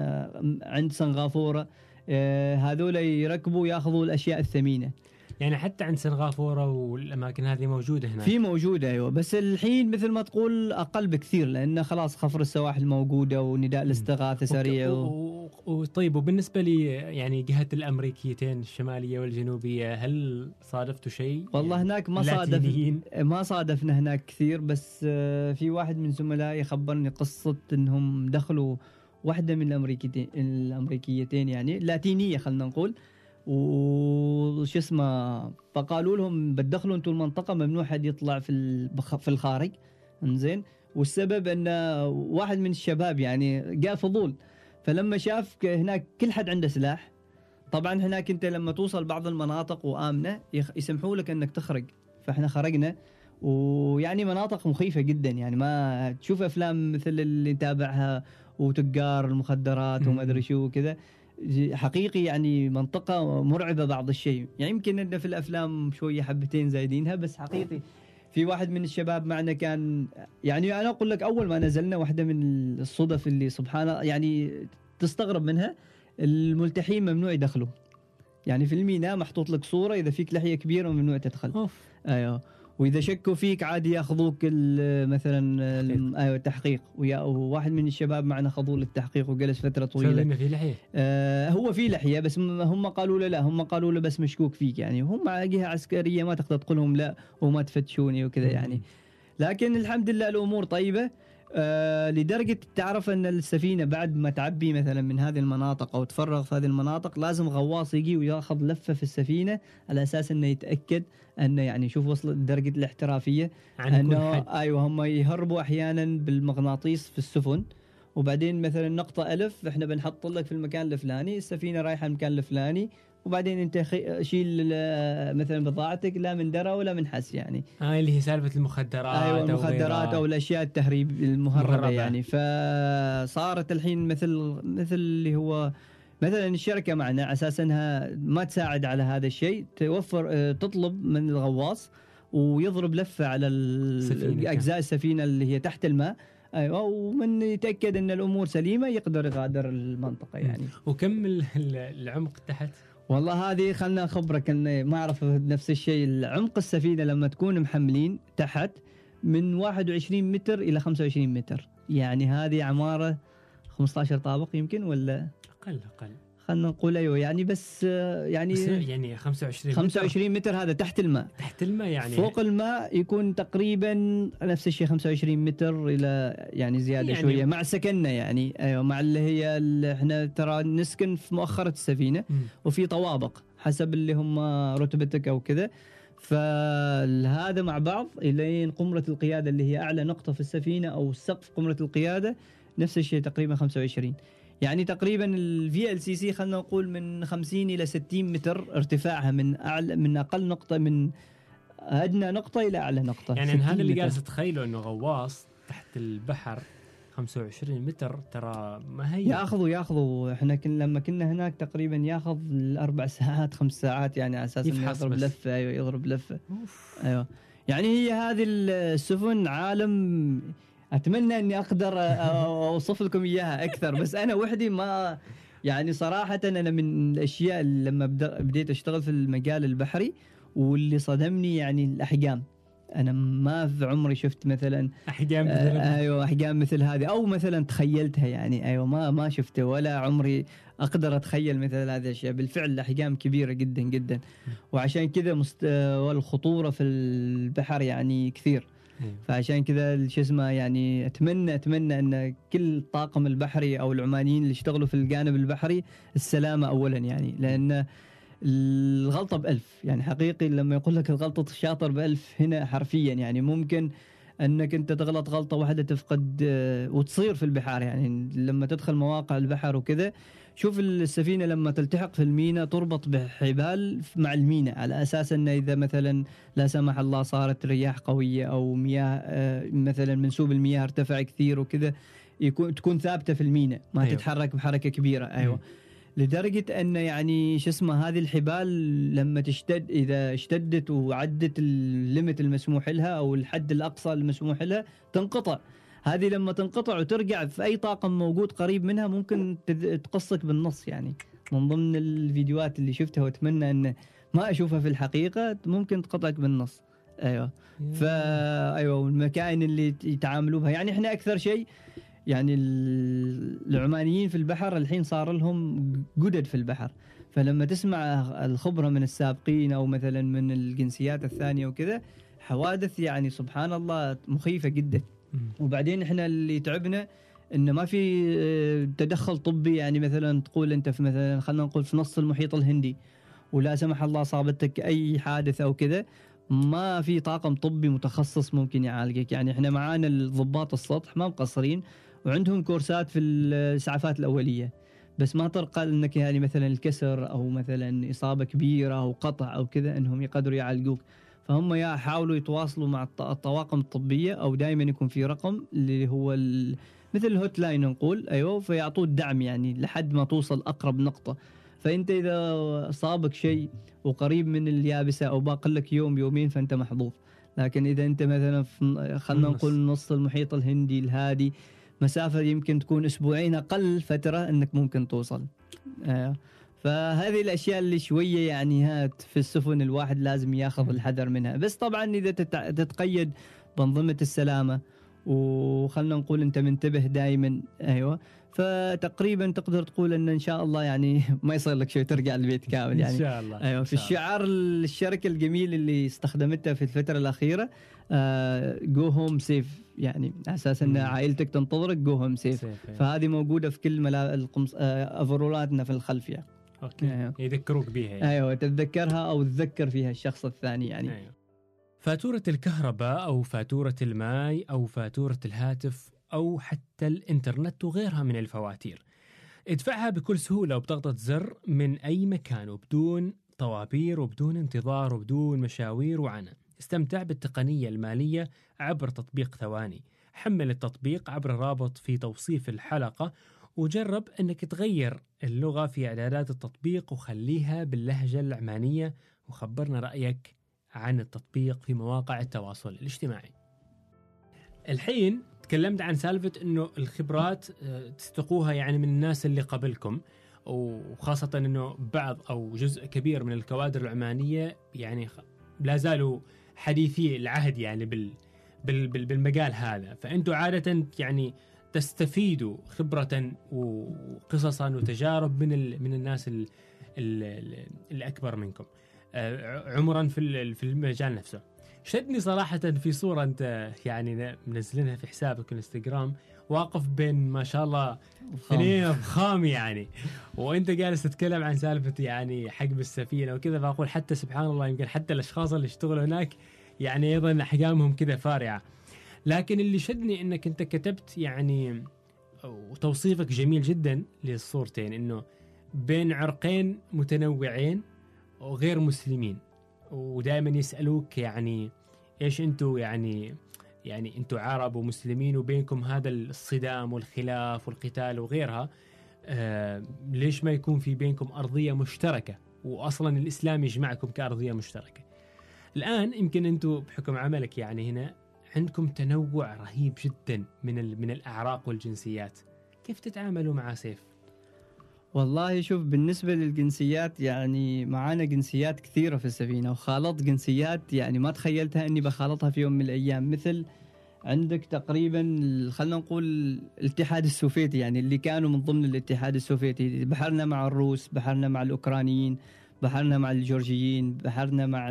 عند سنغافورة هذول يركبوا ياخذوا الأشياء الثمينة يعني. حتى عند سنغافورة والأماكن هذه موجودة هنا؟ في موجودة أيوة، بس الحين مثل ما تقول أقل بكثير، لأن خلاص خفر السواحل موجودة ونداء الاستغاثة سريع. وطيب وبالنسبة لي يعني جهة الأمريكيتين الشمالية والجنوبية، هل صادفتوا شيء؟ والله يعني هناك ما صادف ما صادفنا هناك كثير، بس في واحد من زملائي خبرني قصة إنهم دخلوا واحدة من الأمريكيتين الأمريكيتين يعني لاتينية خلنا نقول، وش اسمه فقالوا لهم بتدخلوا انتم المنطقه ممنوع حد يطلع في في الخارج. انزين والسبب ان واحد من الشباب يعني جاء فضول، فلما شاف هناك كل حد عنده سلاح، طبعا هناك انت لما توصل بعض المناطق وامنه يسمحوا لك انك تخرج، فاحنا خرجنا ويعني مناطق مخيفه جدا يعني، ما تشوف افلام مثل اللي نتابعها وتجار المخدرات وما ادري شو كذا، حقيقي يعني منطقة مرعبة بعض الشيء يعني. يمكن إن في الأفلام شوية حبتين زايدينها، بس حقيقي في واحد من الشباب معنا كان يعني، أنا أقول لك أول ما نزلنا واحدة من الصدف اللي سبحان الله يعني تستغرب منها، الملتحين ممنوع يدخلوا يعني، في الميناء محطوط لك صورة إذا فيك لحية كبيرة ممنوع تدخل. أوف. أيوه وإذا شكوا فيك عادي ياخذوك مثلا ايوه التحقيق، وواحد من الشباب معنا خذوه للتحقيق وجلس فتره طويله. سوينا في لحيه؟ آه هو في لحيه، بس هم قالوا له لا، هم قالوا له بس مشكوك فيك يعني، هم جهه عسكريه ما تقدر تقول لهم لا وما تفتشوني وكذا يعني. لكن الحمد لله الامور طيبه. آه لدرجة تعرف أن السفينة بعد ما تعبي مثلا من هذه المناطق أو تفرغ في هذه المناطق لازم غواص يجي وياخذ لفة في السفينة على أساس أنه يتأكد أنه يعني شوف وصل درجة الاحترافية أنه أيوة هم يهربوا أحيانا بالمغناطيس في السفن، وبعدين مثلا نقطة ألف إحنا بنحط لك في المكان الفلاني، السفينة رايحة المكان الفلاني وبعدين انت خي... شيل ال- مثلا بضاعتك لا من درا ولا من حس يعني. آه اللي هي سالفة المخدرات ايوه أو المخدرات غيرها. او الاشياء التهريب المهربه مهربة. يعني. فصارت الحين مثل مثل اللي هو مثلا الشركه معنا على اساس انها ما تساعد على هذا الشيء، توفر آه، تطلب من الغواص ويضرب لفه على سفينة ال- كان. اجزاء السفينه اللي هي تحت الماء. ايوه ومن يتاكد ان الامور سليمه يقدر يغادر المنطقه يعني. وكم ال- ال- العمق تحت؟ والله هذه خلنا أخبرك أن ما أعرف نفس الشيء. عمق السفينة لما تكون محملين تحت من واحد وعشرين متر إلى خمسة وعشرين متر، يعني هذه عمارة خمسة عشر طابق يمكن ولا أقل أقل خلنا نقول أيوه يعني. بس يعني بس يعني خمسة وعشرين خمسة وعشرين متر هذا تحت الماء. تحت الماء يعني. فوق الماء يكون تقريبا نفس الشيء خمسة وعشرين متر إلى يعني زيادة يعني شوية مع سكننا يعني. أيوه مع اللي هي اللي احنا ترى نسكن في مؤخرة السفينة مم. وفي طوابق حسب اللي هم رتبتك أو كذا. فهذا مع بعض إلين قمرة القيادة اللي هي أعلى نقطة في السفينة أو سقف قمرة القيادة نفس الشيء تقريبا خمسة وعشرين. يعني تقريبا ال في إل سي سي خلنا نقول من خمسين إلى ستين متر ارتفاعها من أعلى من أقل نقطة من أدنى نقطة إلى أعلى نقطة. يعني ستين هذا اللي متر. جالس أتخيله إنه غواص تحت البحر خمسة وعشرين متر ترى ما هي. ياخذوا ياخذوا احنا كن لما كنا هناك تقريبا ياخذ الاربع ساعات خمس ساعات يعني على اساس انه يفحص يضرب بس. لفه. ايوه يضرب لفه. أوف. ايوه يعني هي هذه السفن عالم. اتمنى اني اقدر اوصف لكم اياها اكثر بس انا وحدي ما يعني. صراحه انا من الاشياء اللي لما بدأ- بديت اشتغل في المجال البحري واللي صدمني يعني الاحجام. انا ما في عمري شفت مثلا أحجام آه مثلا. ايوه احجام مثل هذه او مثلا تخيلتها يعني. ايوه ما ما شفته ولا عمري اقدر اتخيل مثل هذه الاشياء. بالفعل الاحجام كبيره جدا جدا وعشان كذا مستوى الخطوره في البحر يعني كثير. فعشان كذا شو اسمه يعني اتمنى اتمنى ان كل طاقم البحري او العمانيين اللي يشتغلوا في الجانب البحري السلامه اولا يعني. لان الغلطه بألف يعني حقيقي لما يقول لك الغلطه الشاطر بألف هنا حرفيا يعني. ممكن انك انت تغلط غلطه واحده تفقد آه، وتصير في البحار يعني. لما تدخل مواقع البحر وكذا شوف السفينه لما تلتحق في الميناء تربط بحبال مع الميناء على اساس انه اذا مثلا لا سمح الله صارت رياح قويه او مياه آه، مثلا منسوب المياه ارتفع كثير وكذا يكون تكون ثابته في الميناء ما أيوة. تتحرك بحركه كبيره. ايوه مم. لدرجة أن يعني شو اسمه هذه الحبال لما تشتد إذا اشتدت وعدت الليمت المسموح لها أو الحد الأقصى المسموح لها تنقطع. هذه لما تنقطع وترجع في أي طاقم موجود قريب منها ممكن تذ- تقصك بالنص يعني. من ضمن الفيديوهات اللي شفتها وأتمنى أن ما أشوفها في الحقيقة ممكن تقطعك بالنص. أيوة فا أيوة والمكائن اللي يتعاملوا بها يعني. إحنا أكثر شيء يعني العمانيين في البحر الحين صار لهم جدد في البحر. فلما تسمع الخبرة من السابقين أو مثلا من الجنسيات الثانية وكذا حوادث يعني سبحان الله مخيفة جدا. وبعدين إحنا اللي تعبنا إنه ما في تدخل طبي يعني. مثلا تقول أنت في مثلا خلينا نقول في نص المحيط الهندي ولا سمح الله صابتك أي حادث أو كذا ما في طاقم طبي متخصص ممكن يعالجك يعني. إحنا معانا الضباط السطح ما مقصرين وعندهم كورسات في الإسعافات الأولية بس ما ترقى انك يعني مثلا الكسر او مثلا اصابه كبيره او قطع او كذا انهم يقدروا يعالجوك. فهم يا يحاولوا يتواصلوا مع الطواقم الطبيه او دائما يكون في رقم اللي هو مثل الهوت لاين نقول. ايوه فيعطوه الدعم يعني لحد ما توصل اقرب نقطه. فانت اذا صابك شيء وقريب من اليابسه او باقي لك يوم يومين فانت محظوظ. لكن اذا انت مثلا في خلنا نقول نص المحيط الهندي الهادي مسافة يمكن تكون أسبوعين أقل فترة أنك ممكن توصل. آه. فهذه الأشياء اللي شوية يعني هات في السفن الواحد لازم ياخذ الحذر منها. بس طبعا إذا تتع... تتقيد بأنظمة السلامة وخلنا نقول أنت منتبه دائما. أيوة فتقريبا تقدر تقول أن إن شاء الله يعني ما يصير لك شيء ترجع البيت كامل يعني. إن شاء الله. أيوة في الشعار الشركة الجميل اللي استخدمتها في الفترة الأخيرة جو هوم سيف يعني أساس أن عائلتك تنتظرك جو هوم سيف. فهذه موجودة في كل ملا القمص أفرولاتنا في الخلفية. أوكي. أيوة. يذكروك بها يعني. أيوة تتذكرها أو تذكر فيها الشخص الثاني يعني. أيوة. فاتورة الكهرباء أو فاتورة الماء أو فاتورة الهاتف أو حتى الإنترنت وغيرها من الفواتير ادفعها بكل سهولة وبضغطة زر من أي مكان وبدون طوابير وبدون انتظار وبدون مشاوير وعناء. استمتع بالتقنية المالية عبر تطبيق ثواني. حمل التطبيق عبر رابط في توصيف الحلقة وجرب أنك تغير اللغة في إعدادات التطبيق وخليها باللهجة العمانية، وخبرنا رأيك عن التطبيق في مواقع التواصل الاجتماعي. الحين تكلمت عن سالفة أنه الخبرات تستقوها يعني من الناس اللي قبلكم، وخاصة أنه بعض أو جزء كبير من الكوادر العمانية يعني لا زالوا حديثي العهد يعني بال بالمجال هذا، فأنتوا عادة يعني تستفيدوا خبرة وقصصا وتجارب من من الناس ال ال الأكبر منكم عمرا في في المجال نفسه. شدني صراحة في صورة أنت يعني منزلينها في حسابك الانستغرام، واقف بين ما شاء الله اثنين ضخام يعني، وأنت جالس تتكلم عن سالفة يعني حجب السفينة وكذا، فأقول حتى سبحان الله يمكن حتى الأشخاص اللي يشتغلوا هناك يعني أيضا أحجامهم كذا فارعة. لكن اللي شدني إنك أنت كتبت يعني وتوصيفك جميل جدا للصورتين، إنه بين عرقين متنوعين وغير مسلمين، ودائما يسألوك يعني إيش أنتوا يعني يعني أنتوا عرب ومسلمين وبينكم هذا الصدام والخلاف والقتال وغيرها، آه ليش ما يكون في بينكم أرضية مشتركة؟ وأصلا الإسلام يجمعكم كأرضية مشتركة. الآن يمكن أنتوا بحكم عملك يعني هنا عندكم تنوع رهيب جدا من من الأعراق والجنسيات، كيف تتعاملوا مع سيف؟ والله شوف، بالنسبة للجنسيات يعني معانا جنسيات كثيرة في السفينة، وخالط جنسيات يعني ما تخيلتها أني بخالطها في يوم من الأيام. مثل عندك تقريبا خلنا نقول الاتحاد السوفيتي، يعني اللي كانوا من ضمن الاتحاد السوفيتي، بحرنا مع الروس، بحرنا مع الأوكرانيين، بحرنا مع الجورجيين، بحرنا مع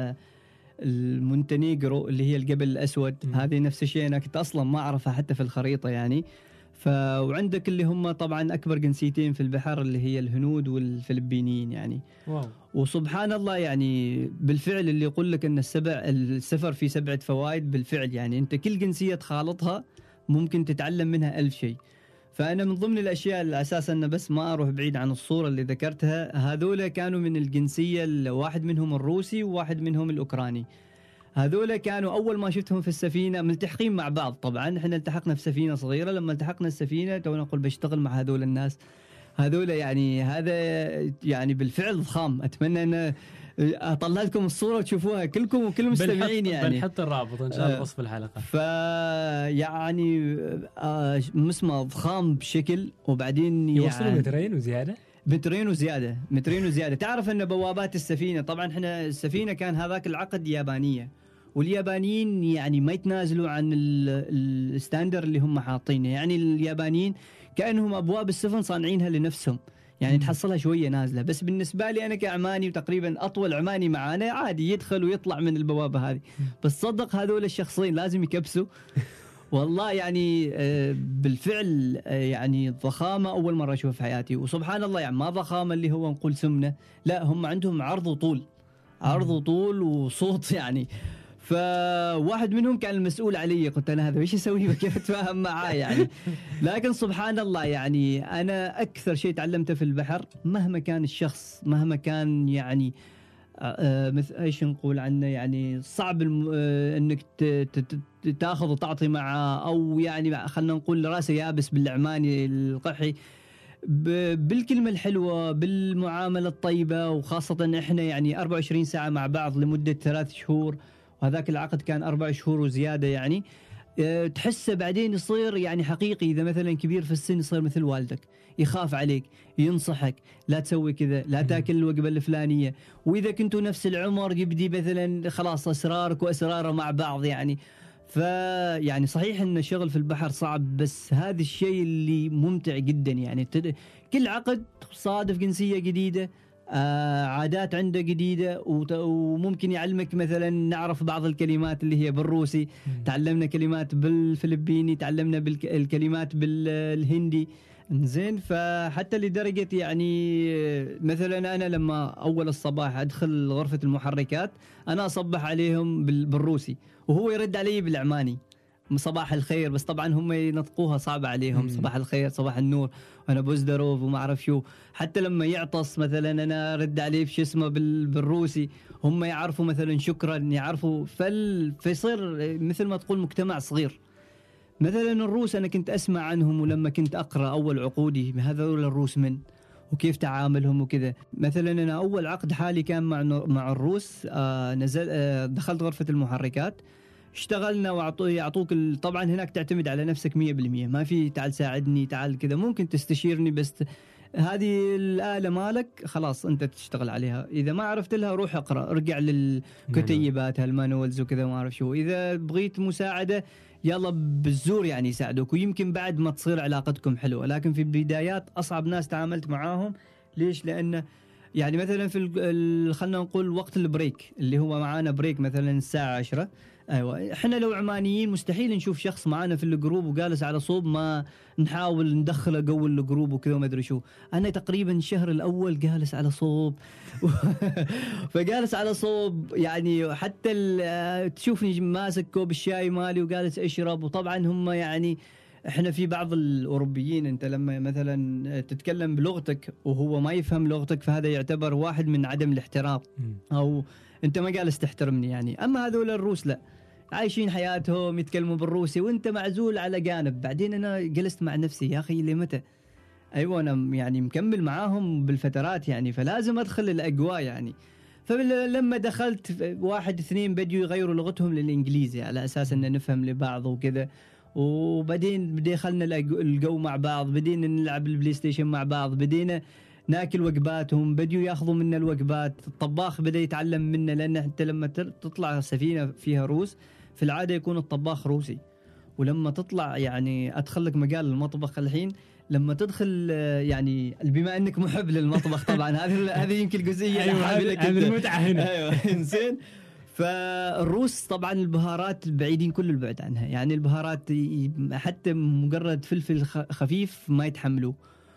المونتينيغرو اللي هي الجبل الأسود. م. هذه نفس الشيء أنا كنت أصلا ما أعرفها حتى في الخريطة يعني. ف وعندك اللي هم طبعا أكبر جنسيتين في البحر اللي هي الهنود والفلبينيين يعني. واو. وسبحان الله يعني بالفعل اللي يقول لك أن السبع السفر في سبعة فوائد، بالفعل يعني أنت كل جنسية تخالطها ممكن تتعلم منها ألف شيء. فأنا من ضمن الأشياء اللي أساسا أنا بس ما أروح بعيد عن الصورة اللي ذكرتها، هذول كانوا من الجنسية، واحد منهم الروسي وواحد منهم الأوكراني. هذول كانوا أول ما شفتهم في السفينة ملتحقين مع بعض، طبعا احنا التحقنا في سفينة صغيرة، لما التحقنا السفينة تونا نقول بشتغل مع هذول الناس. هذول يعني هذا يعني بالفعل ضخام. أتمنى أن أطلع لكم الصورة وتشوفوها كلكم وكل المستمعين يعني. بنحط الرابط إن شاء الله وصف الحلقة. فيعني آه مسمى ضخام بشكل، وبعدين يوصلوا يعني مترين وزيادة مترين وزيادة مترين وزيادة. تعرف أن بوابات السفينة، طبعا احنا السفينة كان هذاك العقد يابانية، واليابانيين يعني ما يتنازلوا عن الستاندر اللي هم حاطينه. يعني اليابانيين كأنهم أبواب السفن صانعينها لنفسهم، يعني م. تحصلها شوية نازلة. بس بالنسبة لي أنا كعماني، وتقريبا أطول عماني معانا، عادي يدخل ويطلع من البوابة هذه. بس صدق هذول الشخصين لازم يكبسوا. والله يعني بالفعل يعني ضخامة أول مرة أشوف في حياتي. وسبحان الله يعني ما ضخامة اللي هو نقول سمنة، لا هم عندهم عرض وطول، عرض وطول وصوت يعني. فواحد منهم كان المسؤول علي، قلت أنا هذا وش أسوي وكيف أتفاهم معاه يعني. لكن سبحان الله يعني أنا أكثر شيء تعلمته في البحر، مهما كان الشخص، مهما كان يعني آه مثل ايش نقول عنه، يعني صعب آه انك تاخذ وتعطي معه، او يعني خلينا نقول راسه يابس بالعماني القحي، بالكلمه الحلوه، بالمعامله الطيبه. وخاصه احنا يعني أربعة وعشرين ساعه مع بعض لمده ثلاث شهور، وهذاك العقد كان أربع شهور وزياده يعني. أه تحسه بعدين يصير يعني حقيقي، اذا مثلا كبير في السن يصير مثل والدك، يخاف عليك، ينصحك لا تسوي كذا، لا تاكل الوجبه الفلانيه. واذا كنتوا نفس العمر يبدي مثلا خلاص اسرارك واسراره مع بعض يعني. فيعني صحيح ان الشغل في البحر صعب، بس هذا الشيء اللي ممتع جدا يعني. كل عقد صادف جنسيه جديده، آه عادات عنده جديدة، وممكن يعلمك مثلا نعرف بعض الكلمات اللي هي بالروسي، م. تعلمنا كلمات بالفلبيني، تعلمنا بالكلمات بالهندي زين. فحتى لدرجة يعني مثلا أنا لما أول الصباح أدخل غرفة المحركات أنا أصبح عليهم بالروسي وهو يرد علي بالعماني. صباح الخير، بس طبعا هم ينطقوها صعبة عليهم. مم. صباح الخير، صباح النور، أنا بوزدروف وما أعرف شو. حتى لما يعطس مثلا أنا رد عليه بش اسمه بال... بالروسي، هم يعرفوا مثلا شكرا، يعرفوا فال... فيصير مثل ما تقول مجتمع صغير. مثلا الروس أنا كنت أسمع عنهم، ولما كنت أقرأ أول عقودي هذول الروس من وكيف تعاملهم وكذا. مثلا أنا أول عقد حالي كان مع مع الروس. آه نزل آه دخلت غرفة المحركات، اشتغلنا وعطوه يعطوك ال... طبعا هناك تعتمد على نفسك مية بالمية، ما في تعال ساعدني تعال كذا، ممكن تستشيرني بس هذه الآلة مالك خلاص أنت تشتغل عليها. إذا ما عرفت لها روح اقرأ، ارجع للكتيبات هالمانوالز وكذا ما أعرف شو. إذا بغيت مساعدة يلا بالزور يعني يساعدوك، ويمكن بعد ما تصير علاقتكم حلوة. لكن في البدايات أصعب ناس تعاملت معاهم. ليش؟ لأن يعني مثلا في ال... خلنا نقول وقت البريك اللي هو معانا بريك مثلا الساعة عشرة، ايوه احنا لو عمانيين مستحيل نشوف شخص معانا في الجروب وجالس على صوب ما نحاول ندخله جو الجروب وكذا ما ادري شو. انا تقريبا الشهر الاول جالس على صوب فجالس على صوب يعني حتى تشوفني ماسك كوب الشاي مالي وجالس اشرب. وطبعا هم يعني احنا في بعض الاوروبيين انت لما مثلا تتكلم بلغتك وهو ما يفهم لغتك فهذا يعتبر واحد من عدم الاحترام، او انت ما جالس تحترمني يعني. اما هذول الروس لا، عايشين حياتهم يتكلموا بالروسي وانت معزول على جانب. بعدين انا جلست مع نفسي يا اخي لمتى؟ ايوه انا يعني مكمل معاهم بالفترات يعني، فلازم ادخل الاجواء يعني. فلما دخلت واحد اثنين بديوا يغيروا لغتهم للانجليزي على اساس ان نفهم لبعض وكذا. وبعدين دخلنا الجو مع بعض، بدينا نلعب البلاي ستيشن مع بعض، بدينا ناكل وجباتهم، بديوا ياخذوا منا الوجبات. الطباخ بدا يتعلم منا، لان انت لما تطلع سفينه فيها روس في العاده يكون الطباخ روسي. ولما تطلع يعني ادخل لك مجال المطبخ الحين، لما تدخل يعني بما انك محب للمطبخ طبعا هذه هذه يمكن جزئيه أيوة هذه المتعه هنا. ايوه زين. فالروس طبعا البهارات بعيدين كل البعد عنها، يعني البهارات حتى مجرد فلفل خفيف ما يتحملوا.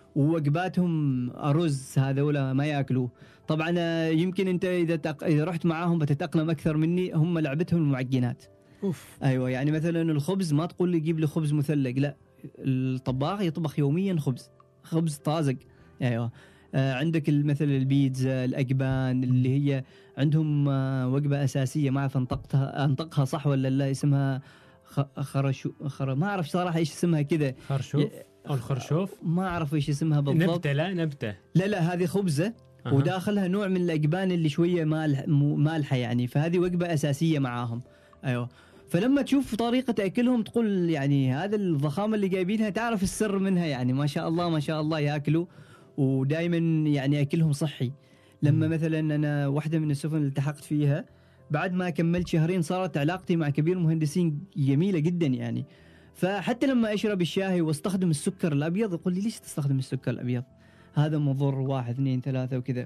ووجباتهم أرز هذولا ما يأكلوا. طبعا يمكن أنت إذا تق... إذا رحت معاهم بتتأقلم أكثر مني. هم لعبتهم المعجنات. أوف. أيوة يعني مثلا الخبز ما تقول لي جيب لي خبز مثلج، لا الطباخ يطبخ يوميا خبز خبز طازج. أيوة آه عندك مثل البيتزا الأجبان اللي هي عندهم آه وجبة أساسية، ما أعرف أنطقتها أنطقها صح ولا لا، اسمها خرشو خر ما أعرف صراحة إيش اسمها كذا. خرشوف أو الخرشوف ما أعرف إيش اسمها بالضبط. نبتة لا نبتة لا لا هذه خبزة أه. وداخلها نوع من الأجبان اللي شوية مالح مالحة يعني، فهذه وجبة أساسية معاهم. أيوة فلما تشوف طريقة أكلهم تقول يعني هذا الضخامة اللي جايبينها تعرف السر منها يعني. ما شاء الله ما شاء الله يأكلوا، ودائما يعني أكلهم صحي. لما مثلا أنا واحدة من السفن اللي التحقت فيها بعد ما كملت شهرين صارت علاقتي مع كبير المهندسين جميلة جدا يعني. فحتى لما أشرب الشاي واستخدم السكر الأبيض يقول لي ليش تستخدم السكر الأبيض؟ هذا مضر واحد اثنين ثلاثة وكذا.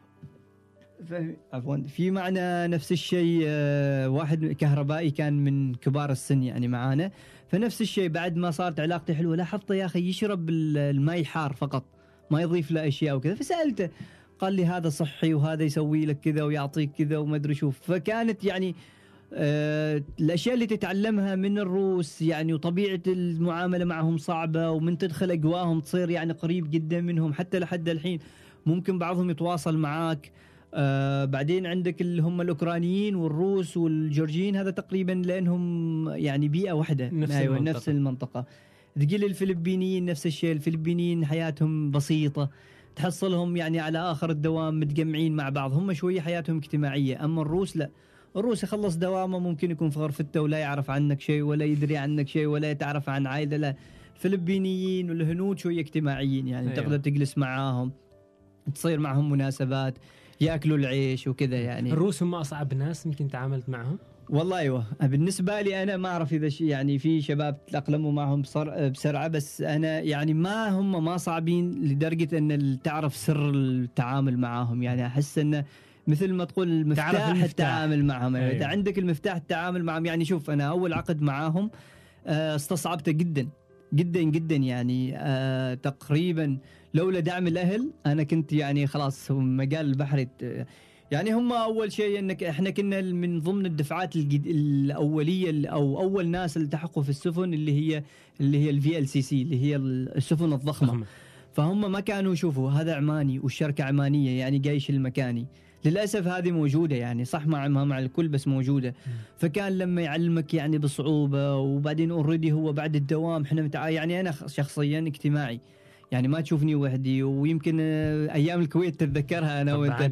عفوا في معنى نفس الشيء. واحد كهربائي كان من كبار السن يعني معانا، فنفس الشيء بعد ما صارت علاقتي حلوة لاحظته يا أخي يشرب الماء حار فقط ما يضيف له أشياء وكذا. فسألته قال لي هذا صحي وهذا يسوي لك كذا ويعطيك كذا وما أدري شو. فكانت يعني آه الأشياء اللي تتعلمها من الروس يعني، وطبيعة المعاملة معهم صعبة، ومن تدخل أجواهم تصير يعني قريب جدا منهم حتى لحد الحين. ممكن بعضهم يتواصل معاك. آه بعدين عندك اللي هم الأوكرانيين والروس والجورجيين هذا تقريبا لأنهم يعني بيئة واحدة نفس, أيوة المنطقة. نفس المنطقة. تقول الفلبينيين نفس الشيء، الفلبينيين حياتهم بسيطة تحصلهم يعني على آخر الدوام متجمعين مع بعض، هم شوية حياتهم اجتماعية. أما الروس لا، الروس يخلص دوامه ممكن يكون في غرفته ولا يعرف عنك شيء ولا يدري عنك شيء ولا يتعرف عن عائلة. لا الفلبينيين والهنود شوية اجتماعيين يعني. أيوة. تقدر تجلس معاهم تصير معهم مناسبات يأكلوا العيش وكذا يعني. الروس هم أصعب ناس يمكن تعاملت معهم؟ والله ايوه بالنسبه لي انا ما اعرف اذا يعني في شباب تأقلموا معهم بسرعه، بس انا يعني ما هم ما صعبين لدرجه ان تعرف سر التعامل معهم يعني. احس انه مثل ما تقول المفتاح, المفتاح. التعامل معهم. أيوة. اذا عندك المفتاح التعامل معهم يعني. شوف انا اول عقد معاهم استصعبته جدا جدا جدا يعني. آه تقريبا لولا دعم الاهل انا كنت يعني خلاص مجال البحر يعني هم اول شيء انك احنا كنا من ضمن الدفعات الجد... الاوليه او اول ناس التحقوا في السفن اللي هي اللي هي الفي ال سي سي اللي هي السفن الضخمه. فهم ما كانوا يشوفوا هذا عماني والشركه عمانيه يعني جايش المكاني. للاسف هذه موجوده يعني صح مع مع الكل بس موجوده. فكان لما يعلمك يعني بصعوبه وبعدين اوريدي هو بعد الدوام احنا متع... يعني انا شخصيا اجتماعي يعني ما تشوفني وحدي ويمكن ايام الكويت تتذكرها انا وانت.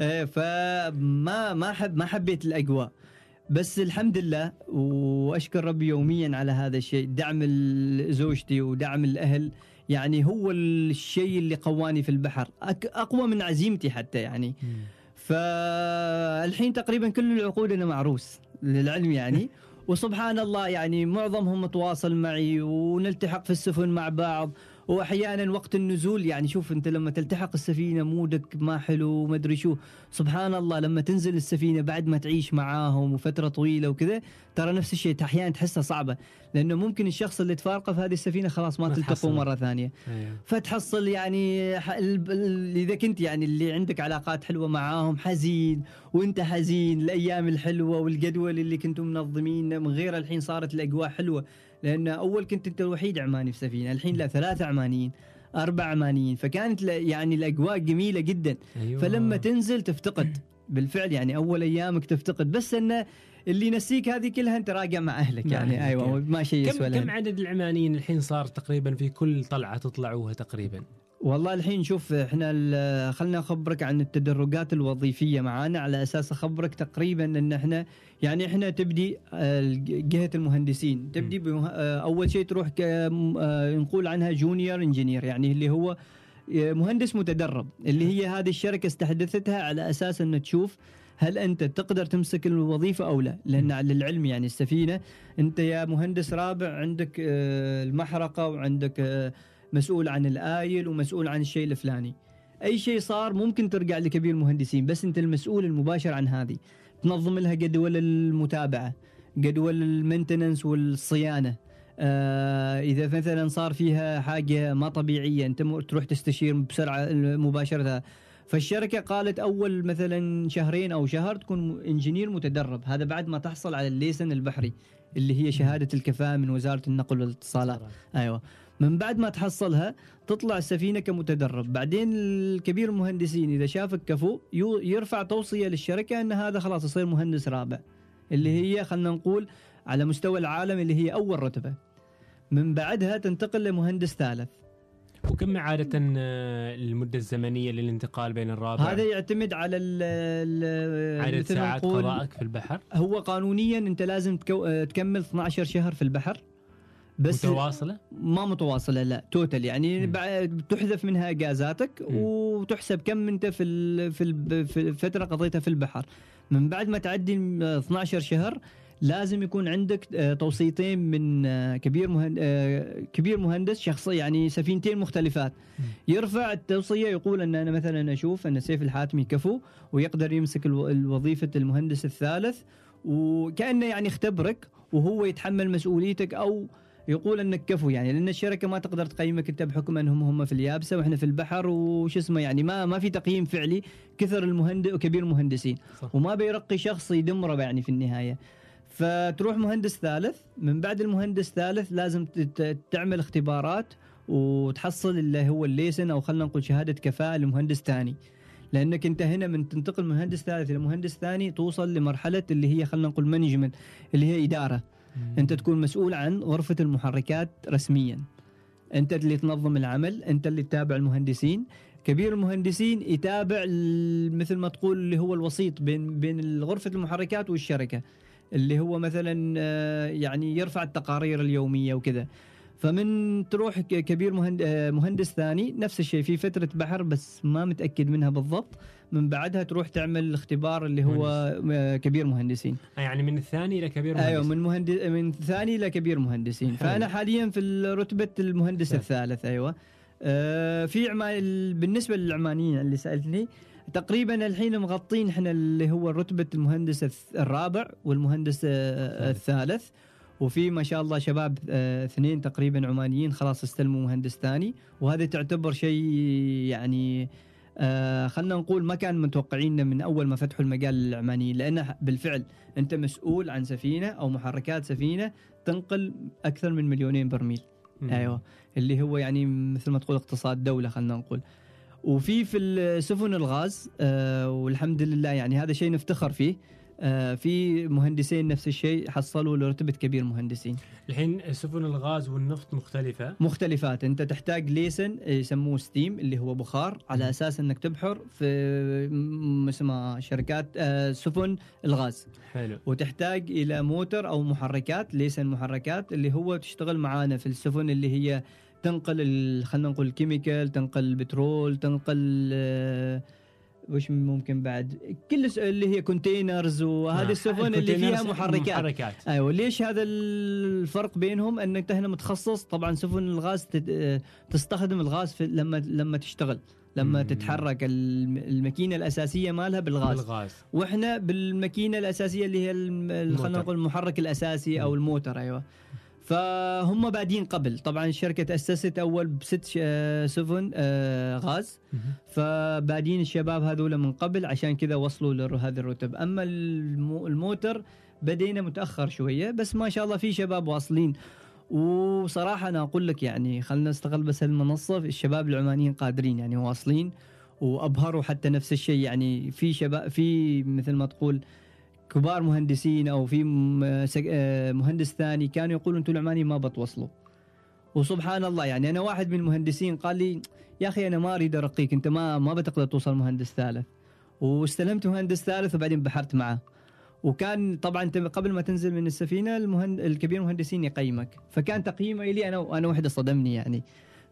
فما ما حب ما حبيت الاجواء بس الحمد لله واشكر ربي يوميا على هذا الشيء. دعم زوجتي ودعم الاهل يعني هو الشيء اللي قواني في البحر اقوى من عزيمتي حتى يعني. فالحين تقريبا كل العقود انا معروس للعلم يعني وسبحان الله يعني معظمهم متواصل معي ونلتحق في السفن مع بعض. واحيانا وقت النزول يعني شوف انت لما تلتحق السفينه مودك ما حلو ما ادري شو سبحان الله لما تنزل السفينه بعد ما تعيش معاهم وفتره طويله وكذا ترى نفس الشيء احيانا تحسها صعبه لانه ممكن الشخص اللي تفارقه في هذه السفينه خلاص ما, ما تلتقوا مره ثانيه. أيوه. فتحصل يعني اذا كنت يعني اللي عندك علاقات حلوه معاهم حزين وانت حزين الايام الحلوه والجدول اللي كنتم منظمين من غير الحين صارت الاجواء حلوه لأن أول كنت أنت الوحيد عماني في سفينة الحين لا ثلاثة عمانيين أربع عمانيين فكانت يعني الأجواء جميلة جدا. أيوة. فلما تنزل تفتقد بالفعل يعني أول أيامك تفتقد بس أن اللي ينسيك هذه كلها أنت راجع مع أهلك يعني. يعني أيوة ما شيء يسوى كم, كم عدد العمانيين الحين صار تقريبا في كل طلعة تطلعوها تقريبا؟ والله الحين شوف احنا خلنا اخبرك عن التدرجات الوظيفية معانا على اساس اخبرك تقريبا ان احنا يعني احنا تبدي جهة المهندسين تبدي اول شيء تروح نقول عنها جونيور انجينير يعني اللي هو مهندس متدرب اللي هي هذه الشركة استحدثتها على اساس ان تشوف هل أنت تقدر تمسك الوظيفة أو لا لأن على العلم يعني السفينة أنت يا مهندس رابع عندك المحرقة وعندك مسؤول عن الآيل ومسؤول عن الشيء الفلاني. أي شيء صار ممكن ترجع لكبير المهندسين بس أنت المسؤول المباشر عن هذه تنظم لها جدول المتابعة جدول المينتننس والصيانة. آه إذا مثلا صار فيها حاجة ما طبيعية أنت تروح تستشير بسرعة مباشرة. فالشركة قالت أول مثلا شهرين أو شهر تكون إنجينير متدرب هذا بعد ما تحصل على الليسن البحري اللي هي شهادة الكفاءة من وزارة النقل والاتصالات. أيوة من بعد ما تحصلها تطلع السفينة كمتدرب. بعدين الكبير المهندسين إذا شافك كفو يرفع توصية للشركة أن هذا خلاص يصير مهندس رابع اللي هي خلنا نقول على مستوى العالم اللي هي أول رتبة. من بعدها تنتقل لمهندس ثالث. وكم عادة المدة الزمنية للانتقال بين الرابع؟ هذا يعتمد على ال عدد ساعات قضائك في البحر. هو قانونيا أنت لازم تكمل اثنا عشر شهر في البحر بس متواصلة؟ ما متواصلة لا توتال يعني بعد تحذف منها اجازاتك وتحسب كم انت في في الفترة قضيتها في البحر. من بعد ما تعدي اثنا عشر شهر لازم يكون عندك توصيتين من كبير مهندس كبير مهندس شخصي يعني سفينتين مختلفات يرفع التوصية يقول ان انا مثلا اشوف ان سيف الحاتمي كفو ويقدر يمسك الوظيفة المهندس الثالث وكأنه يعني اختبرك وهو يتحمل مسؤوليتك او يقول انك كفو يعني لان الشركه ما تقدر تقيمك انت بحكم انهم هم في اليابسه واحنا في البحر وش اسمه يعني ما ما في تقييم فعلي كثر المهندس وكبير المهندسين صح. وما بيرقي شخص يدمره يعني في النهايه. فتروح مهندس ثالث من بعد المهندس ثالث لازم تعمل اختبارات وتحصل اللي هو الليسن او خلينا نقول شهاده كفاءه لمهندس ثاني لانك انت هنا من تنتقل من مهندس ثالث الى مهندس ثاني توصل لمرحله اللي هي خلينا نقول مانجمنت اللي هي اداره. أنت تكون مسؤول عن غرفة المحركات رسميا أنت اللي تنظم العمل أنت اللي تتابع المهندسين. كبير المهندسين يتابع مثل ما تقول اللي هو الوسيط بين بين غرفة المحركات والشركة اللي هو مثلا يعني يرفع التقارير اليومية وكذا. فمن تروح كبير مهندس ثاني نفس الشيء في فترة بحر بس ما متأكد منها بالضبط. من بعدها تروح تعمل الاختبار اللي هو مهندس. كبير مهندسين يعني من الثاني إلى كبير مهندسين. أيوة من مهندس من ثاني إلى كبير مهندسين. حلو. فأنا حاليا في رتبة المهندس حلو. الثالث. أيوة آه في عمال بالنسبة للعمانيين اللي سألتني تقريبا الحين مغطين احنا اللي هو رتبة المهندس الرابع والمهندس الثالث وفي ما شاء الله شباب اثنين تقريبا عمانيين خلاص استلموا مهندس ثاني وهذا تعتبر شيء يعني آه خلنا نقول ما كان متوقعين من أول ما فتحوا المجال للعمانيين، لأنه بالفعل أنت مسؤول عن سفينة أو محركات سفينة تنقل أكثر من مليونين برميل. مم. أيوة، اللي هو يعني مثل ما تقول اقتصاد دولة خلنا نقول. وفي في السفن الغاز آه والحمد لله يعني هذا شيء نفتخر فيه. آه في مهندسين نفس الشيء حصلوا لرتبة كبير مهندسين. الحين سفن الغاز والنفط مختلفة مختلفات، انت تحتاج ليسن يسموه ستيم اللي هو بخار، على اساس انك تبحر في اسمها شركات آه سفن الغاز. حلو. وتحتاج الى موتر او محركات، ليسن محركات اللي هو تشتغل معانا في السفن اللي هي تنقل خلينا نقول كيميكال، تنقل البترول، تنقل آه وش ممكن بعد كل اللي هي كونتينرز وهذه آه. السفن اللي فيها محركات. محركات. ايوه، ليش هذا الفرق بينهم؟ انك هنا متخصص. طبعا سفن الغاز تستخدم الغاز في لما لما تشتغل، لما مم. تتحرك الماكينه الاساسيه مالها بالغاز. بالغاز. واحنا بالماكينه الاساسيه اللي هي خلينا نقول المحرك الاساسي او الموتر. ايوه، فهم بادين قبل. طبعا الشركة تأسست أول بست سفن غاز، فبادين الشباب هذول من قبل، عشان كذا وصلوا لهذه الرتب. أما الموتر بدينا متأخر شوية، بس ما شاء الله في شباب واصلين. وصراحة أنا أقول لك يعني خلنا نستغل بس المنصة، الشباب العمانيين قادرين يعني واصلين وأبهروا حتى نفس الشيء. يعني في شباب، في مثل ما تقول كبار مهندسين او في مهندس ثاني كانوا يقولوا انتم العمانيين ما بتوصلوا. وسبحان الله يعني انا واحد من المهندسين قال لي يا اخي انا ما اريد ارقيك، انت ما ما بتقدر توصل مهندس ثالث. واستلمت مهندس ثالث وبعدين بحرت معه. وكان طبعا انت قبل ما تنزل من السفينه المهند... الكبير مهندسين يقيمك، فكان تقييمه لي انا وانا وحده صدمني يعني.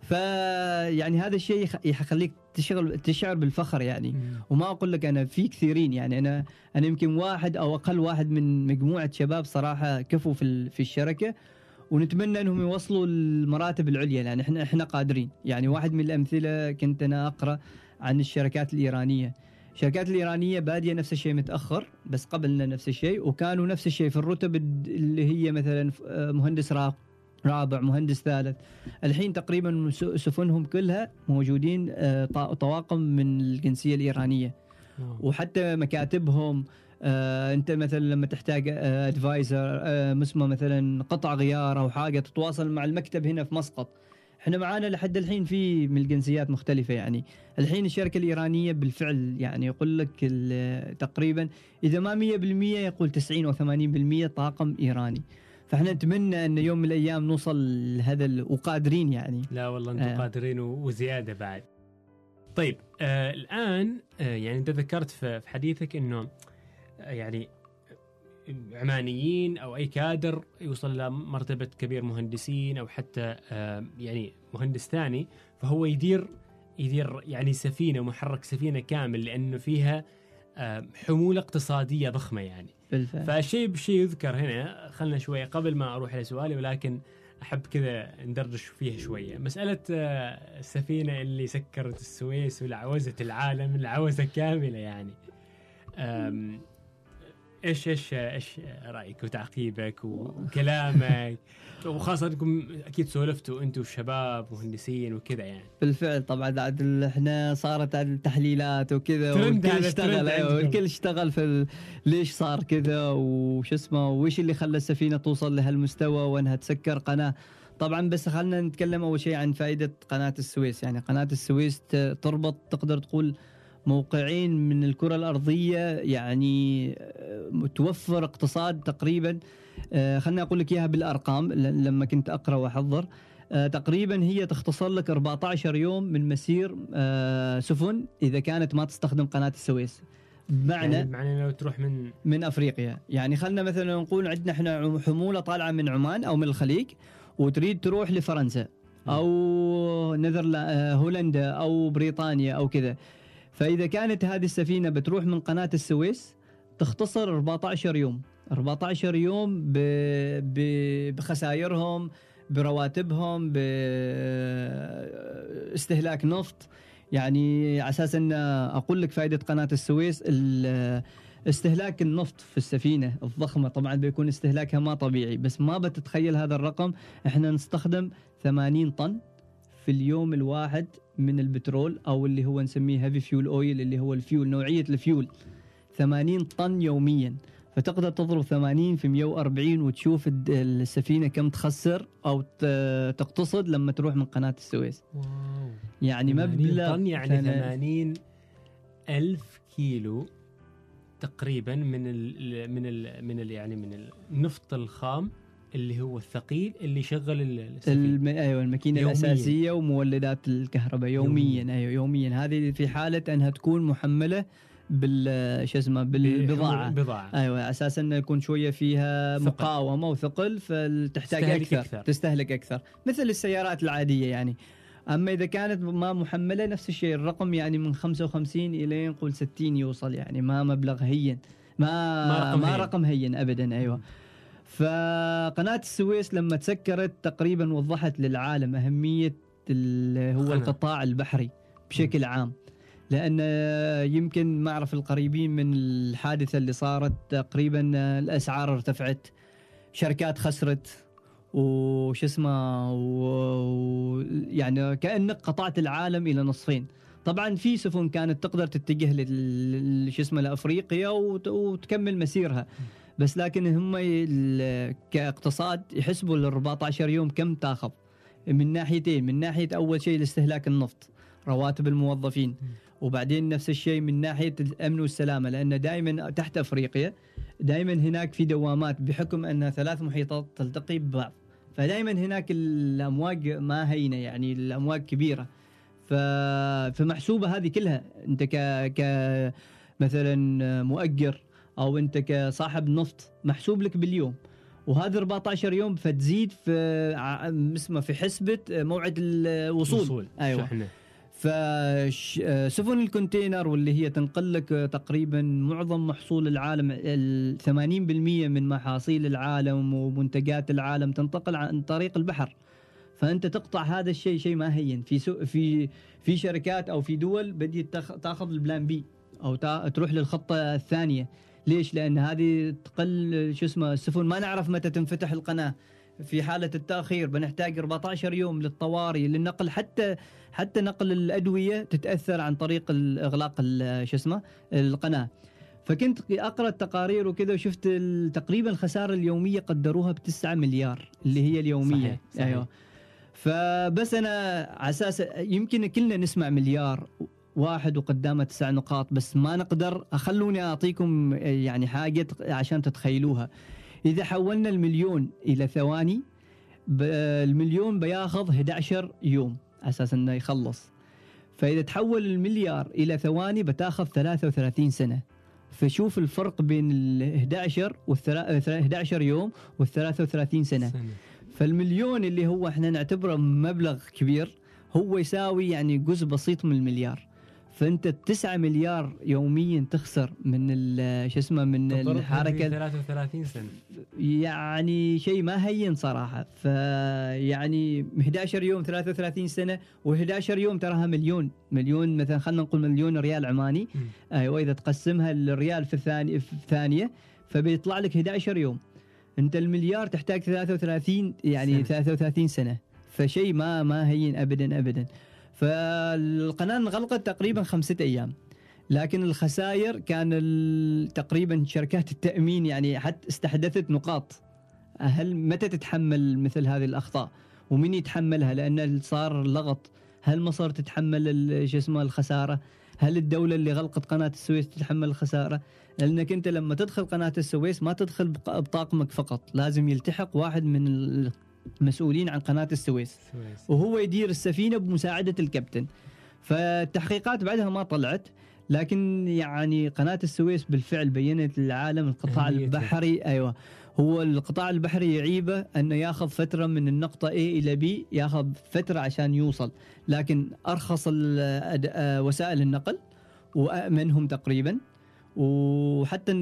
فيعني هذا الشيء يخليك تشغل تشعر بالفخر يعني. وما اقول لك انا في كثيرين يعني، انا انا يمكن واحد او اقل واحد من مجموعه شباب صراحه كفوا في في الشركه، ونتمنى انهم يوصلوا المراتب العليا لان احنا احنا قادرين. يعني واحد من الامثله كنت انا اقرا عن الشركات الايرانيه. الشركات الايرانيه باديه نفس الشيء متاخر، بس قبلنا نفس الشيء، وكانوا نفس الشيء في الرتب اللي هي مثلا مهندس راق رابع، مهندس ثالث. الحين تقريبا سفنهم كلها موجودين طواقم من الجنسية الإيرانية. وحتى مكاتبهم انت مثلا لما تحتاج ادفايزر مسمى مثلا قطع غيار او حاجة تتواصل مع المكتب هنا في مسقط. احنا معانا لحد الحين في من الجنسيات مختلفة يعني. الحين الشركة الإيرانية بالفعل يعني يقول لك تقريبا إذا ما مية بالمية يقول تسعين أو ثمانين بالمية طاقم إيراني. فاحنا نتمنى ان يوم من الايام نوصل لهذا وقادرين يعني. لا والله انتم آه. قادرين وزياده بعد. طيب آه الان آه يعني انت ذكرت في حديثك انه آه يعني عمانيين او اي كادر يوصل لمرتبه كبير مهندسين او حتى آه يعني مهندس ثاني، فهو يدير يدير يعني سفينه، محرك سفينه كامل، لانه فيها آه حموله اقتصاديه ضخمه يعني. بالفعل. فشيء بشيء يذكر هنا، خلنا شوية قبل ما أروح لسؤالي، ولكن أحب كذا ندردش فيها شوية. مسألة السفينة اللي سكرت السويس والعوزة العالم، العوزة كاملة يعني. إيش إيش إيش رأيك وتعقيبك وكلامك؟ وخاصة أنكم أكيد سولفتوا أنتوا الشباب مهندسين وكذا يعني. بالفعل طبعا عاد احنا صارت التحليلات وكذا، والكل اشتغل والكل اشتغل في ال... ليش صار كذا وش اسمه وش اللي خلى السفينة توصل لهالمستوى وانها تسكر قناة. طبعا بس خلنا نتكلم أول شيء عن فائدة قناة السويس. يعني قناة السويس تربط تقدر تقول موقعين من الكرة الأرضية، يعني توفر اقتصاد تقريبا خلنا أقول لك إياها بالأرقام لما كنت أقرأ وأحضر. تقريبا هي تختصر لك أربعة عشر يوم من مسير سفن إذا كانت ما تستخدم قناة السويس. بمعنى يعني معنى لو تروح من من أفريقيا، يعني خلنا مثلا نقول عندنا إحنا حمولة طالعة من عمان أو من الخليج وتريد تروح لفرنسا أو نذرلا هولندا أو بريطانيا أو كذا. فإذا كانت هذه السفينة بتروح من قناة السويس تختصر أربعة عشر يوم أربعة عشر يوم ب... ب... بخسائرهم، برواتبهم، باستهلاك نفط. يعني على أساس أن أقول لك فائدة قناة السويس، استهلاك النفط في السفينة الضخمة طبعا بيكون استهلاكها ما طبيعي، بس ما بتتخيل هذا الرقم. احنا نستخدم ثمانين طن في في اليوم الواحد من البترول أو اللي هو نسميه هيفي فيول أويل اللي هو الفيول نوعية الفيول ثمانين طن يوميا. فتقدر تضرب ثمانين في مئة وأربعين وتشوف السفينة كم تخسر أو تقتصد لما تروح من قناة السويس. واو. يعني مبلغ طن يعني ثمانين ألف كيلو تقريبا من ال من ال من ال يعني من النفط الخام اللي هو الثقيل اللي يشغل السفينة. الم... ايوه الماكينه يومياً. الاساسيه ومولدات الكهرباء يوميا, يومياً. ايوه يوميا. هذه في حاله انها تكون محمله بال شو اسمه بالبضاعه. بضاعة. ايوه على اساس انه يكون شويه فيها ثقل. مقاومه وثقل فتحتاج أكثر. أكثر تستهلك اكثر مثل السيارات العاديه يعني. اما اذا كانت ما محمله نفس الشيء الرقم يعني من خمسة وخمسين الى نقول ستين يوصل يعني ما مبلغ هين ما ما رقم, ما هين. رقم هين ابدا. ايوه. فقناة السويس لما تسكرت تقريبا وضحت للعالم أهمية هو خنا. القطاع البحري بشكل عام. لأن يمكن ما أعرف القريبين من الحادثة اللي صارت تقريبا الأسعار ارتفعت، شركات خسرت وش اسمه ويعني كأنك قطعت العالم إلى نصفين. طبعا في سفن كانت تقدر تتجه لل شو اسمه لأفريقيا وتكمل مسيرها، بس لكن هم كاقتصاد يحسبوا ال أربعة عشر يوم كم تاخذ من ناحيتين. من ناحية أول شيء لاستهلاك النفط، رواتب الموظفين، وبعدين نفس الشيء من ناحية الأمن والسلامة، لأن دائما تحت أفريقيا دائما هناك في دوامات بحكم أن ثلاث محيطات تلتقي ببعض، فدائما هناك الأمواج ما هينة يعني الأمواج كبيرة. فمحسوبة هذه كلها أنت ك ك مثلا مؤجر أو أنت كصاحب نفط محسوب لك باليوم، وهذا أربعة عشر يوم فتزيد في اسمه في حسبة موعد الوصول. وصول. أيوة. شحنة. فسفن الكونتينر واللي هي تنقل لك تقريبا معظم محصول العالم، ثمانين بالمئة من محاصيل العالم ومنتجات العالم تنتقل عن طريق البحر. فأنت تقطع هذا الشيء شيء ما هين. في في في شركات أو في دول بديت تأخذ البلان بي أو تروح للخطة الثانية. ليش؟ لأن هذه تقل شو اسمه السفن ما نعرف متى تنفتح القناة. في حالة التأخير بنحتاج أربعة عشر يوم للطوارئ للنقل، حتى حتى نقل الأدوية تتأثر عن طريق إغلاق شو اسمه القناة. فكنت أقرأ التقارير وكذا وشفت تقريبا الخسارة اليومية قدروها بتسعة مليار اللي هي اليومية. صحيح. صحيح. أيوه. فبس أنا على أساس يمكن كلنا نسمع مليار واحد وقدامه تسع نقاط، بس ما نقدر. أخلوني أعطيكم يعني حاجة عشان تتخيلوها. إذا حولنا المليون إلى ثواني، المليون بياخذ أحد عشر يوم أساسا إنه يخلص. فإذا تحول المليار إلى ثواني بتاخذ ثلاثة وثلاثين سنة. فشوف الفرق بين ال أحد عشر أحد عشر يوم وال ثلاثة وثلاثين سنة. سنة. فالمليون اللي هو احنا نعتبره مبلغ كبير هو يساوي يعني جزء بسيط من المليار. فأنت تسعة مليار يوميا تخسر من شو اسمه من الحركة ثلاثة وثلاثين سنة، يعني شيء ما هين صراحة. فيعني أحد عشر يوم ثلاثة وثلاثين سنة وأحد عشر يوم تراها مليون مليون مثلا خلنا نقول مليون ريال عماني. أيوة إذا تقسمها الريال في الثانية في ثانية فبيطلع لك أحد عشر يوم. أنت المليار تحتاج ثلاثة وثلاثين يعني سنة. ثلاثة وثلاثين سنة. فشيء ما ما هين أبدا أبدا. فالقناة انغلقت تقريبا خمسة أيام، لكن الخسائر كان تقريبا شركات التأمين يعني حتى استحدثت نقاط. هل متى تتحمل مثل هذه الأخطاء ومن يتحملها؟ لأن صار لغط. هل مصر تتحمل شو اسمه الخسارة؟ هل الدولة اللي غلقت قناة السويس تتحمل الخسارة؟ لأنك أنت لما تدخل قناة السويس ما تدخل بطاقمك فقط، لازم يلتحق واحد من مسؤولين عن قناة السويس وهو يدير السفينة بمساعدة الكابتن. فالتحقيقات بعدها ما طلعت، لكن يعني قناة السويس بالفعل بينت للعالم القطاع البحري. أيوة هو القطاع البحري يعيبه أنه ياخذ فترة من النقطة A إلى B، ياخذ فترة عشان يوصل، لكن أرخص وسائل النقل وأمنهم تقريبا. وحتى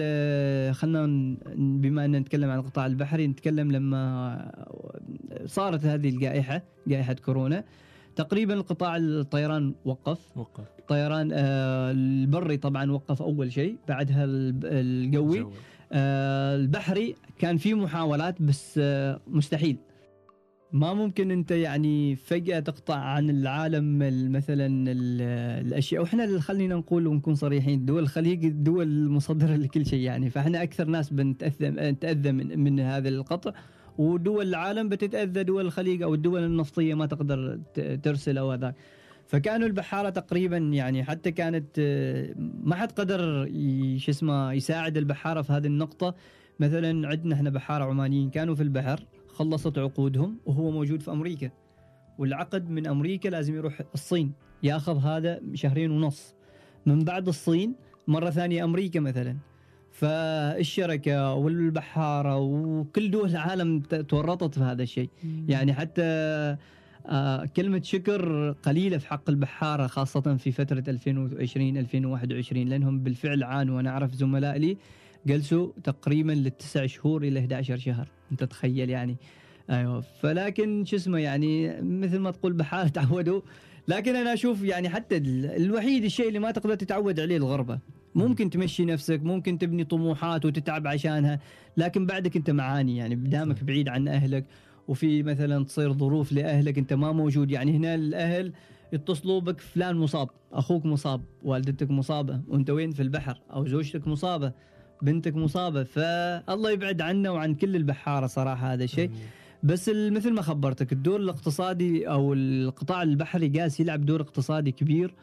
خلنا بما أن نتكلم عن القطاع البحري نتكلم لما صارت هذه الجائحة جائحة كورونا تقريبا القطاع الطيران وقف وقف طيران آه البري طبعا وقف أول شيء، بعدها الجوي. آه البحري كان في محاولات بس آه مستحيل ما ممكن انت يعني فجأة تقطع عن العالم مثلا الاشياء. واحنا خلينا نقول ونكون صريحين، دول الخليج دول مصدرة لكل شيء يعني، فاحنا اكثر ناس بنتأذى نتأذى من, من هذا القطع، ودول العالم بتتأذى، دول الخليج او الدول النفطية ما تقدر ترسل او هذا. فكانوا البحارة تقريبا يعني حتى كانت ما حد قدر شو اسمه يساعد البحارة في هذه النقطة. مثلا عندنا احنا بحارة عمانيين كانوا في البحر، خلصت عقودهم وهو موجود في أمريكا، والعقد من أمريكا لازم يروح الصين، ياخذ هذا شهرين ونص، من بعد الصين مرة ثانية أمريكا مثلا. فالشركة والبحارة وكل دول العالم تورطت في هذا الشيء. يعني حتى آه كلمة شكر قليلة في حق البحارة، خاصة في فترة ألفين وعشرين ألفين وواحد وعشرين، لأنهم بالفعل عانوا. وأنا أعرف زملاء لي جلسوا تقريبا للتسع شهور إلى أحد عشر شهر، أنت تخيل يعني. أيوة. فلكن شو اسمه يعني مثل ما تقول بحارة تعودوا. لكن أنا أشوف يعني حتى الوحيد الشيء اللي ما تقدر تتعود عليه الغربة. ممكن تمشي نفسك، ممكن تبني طموحات وتتعب عشانها، لكن بعدك أنت معاني يعني، بدامك بعيد عن أهلك، وفي مثلا تصير ظروف لأهلك أنت ما موجود. يعني هنا الأهل يتصلوا بك، فلان مصاب، أخوك مصاب، والدتك مصابة، وأنت وين في البحر، أو زوجتك مصابة، بنتك مصابة. فالله يبعد عنا وعن كل البحارة صراحة هذا الشيء. بس مثل ما خبرتك الدور الاقتصادي أو القطاع البحري قاس يلعب دور اقتصادي كبير.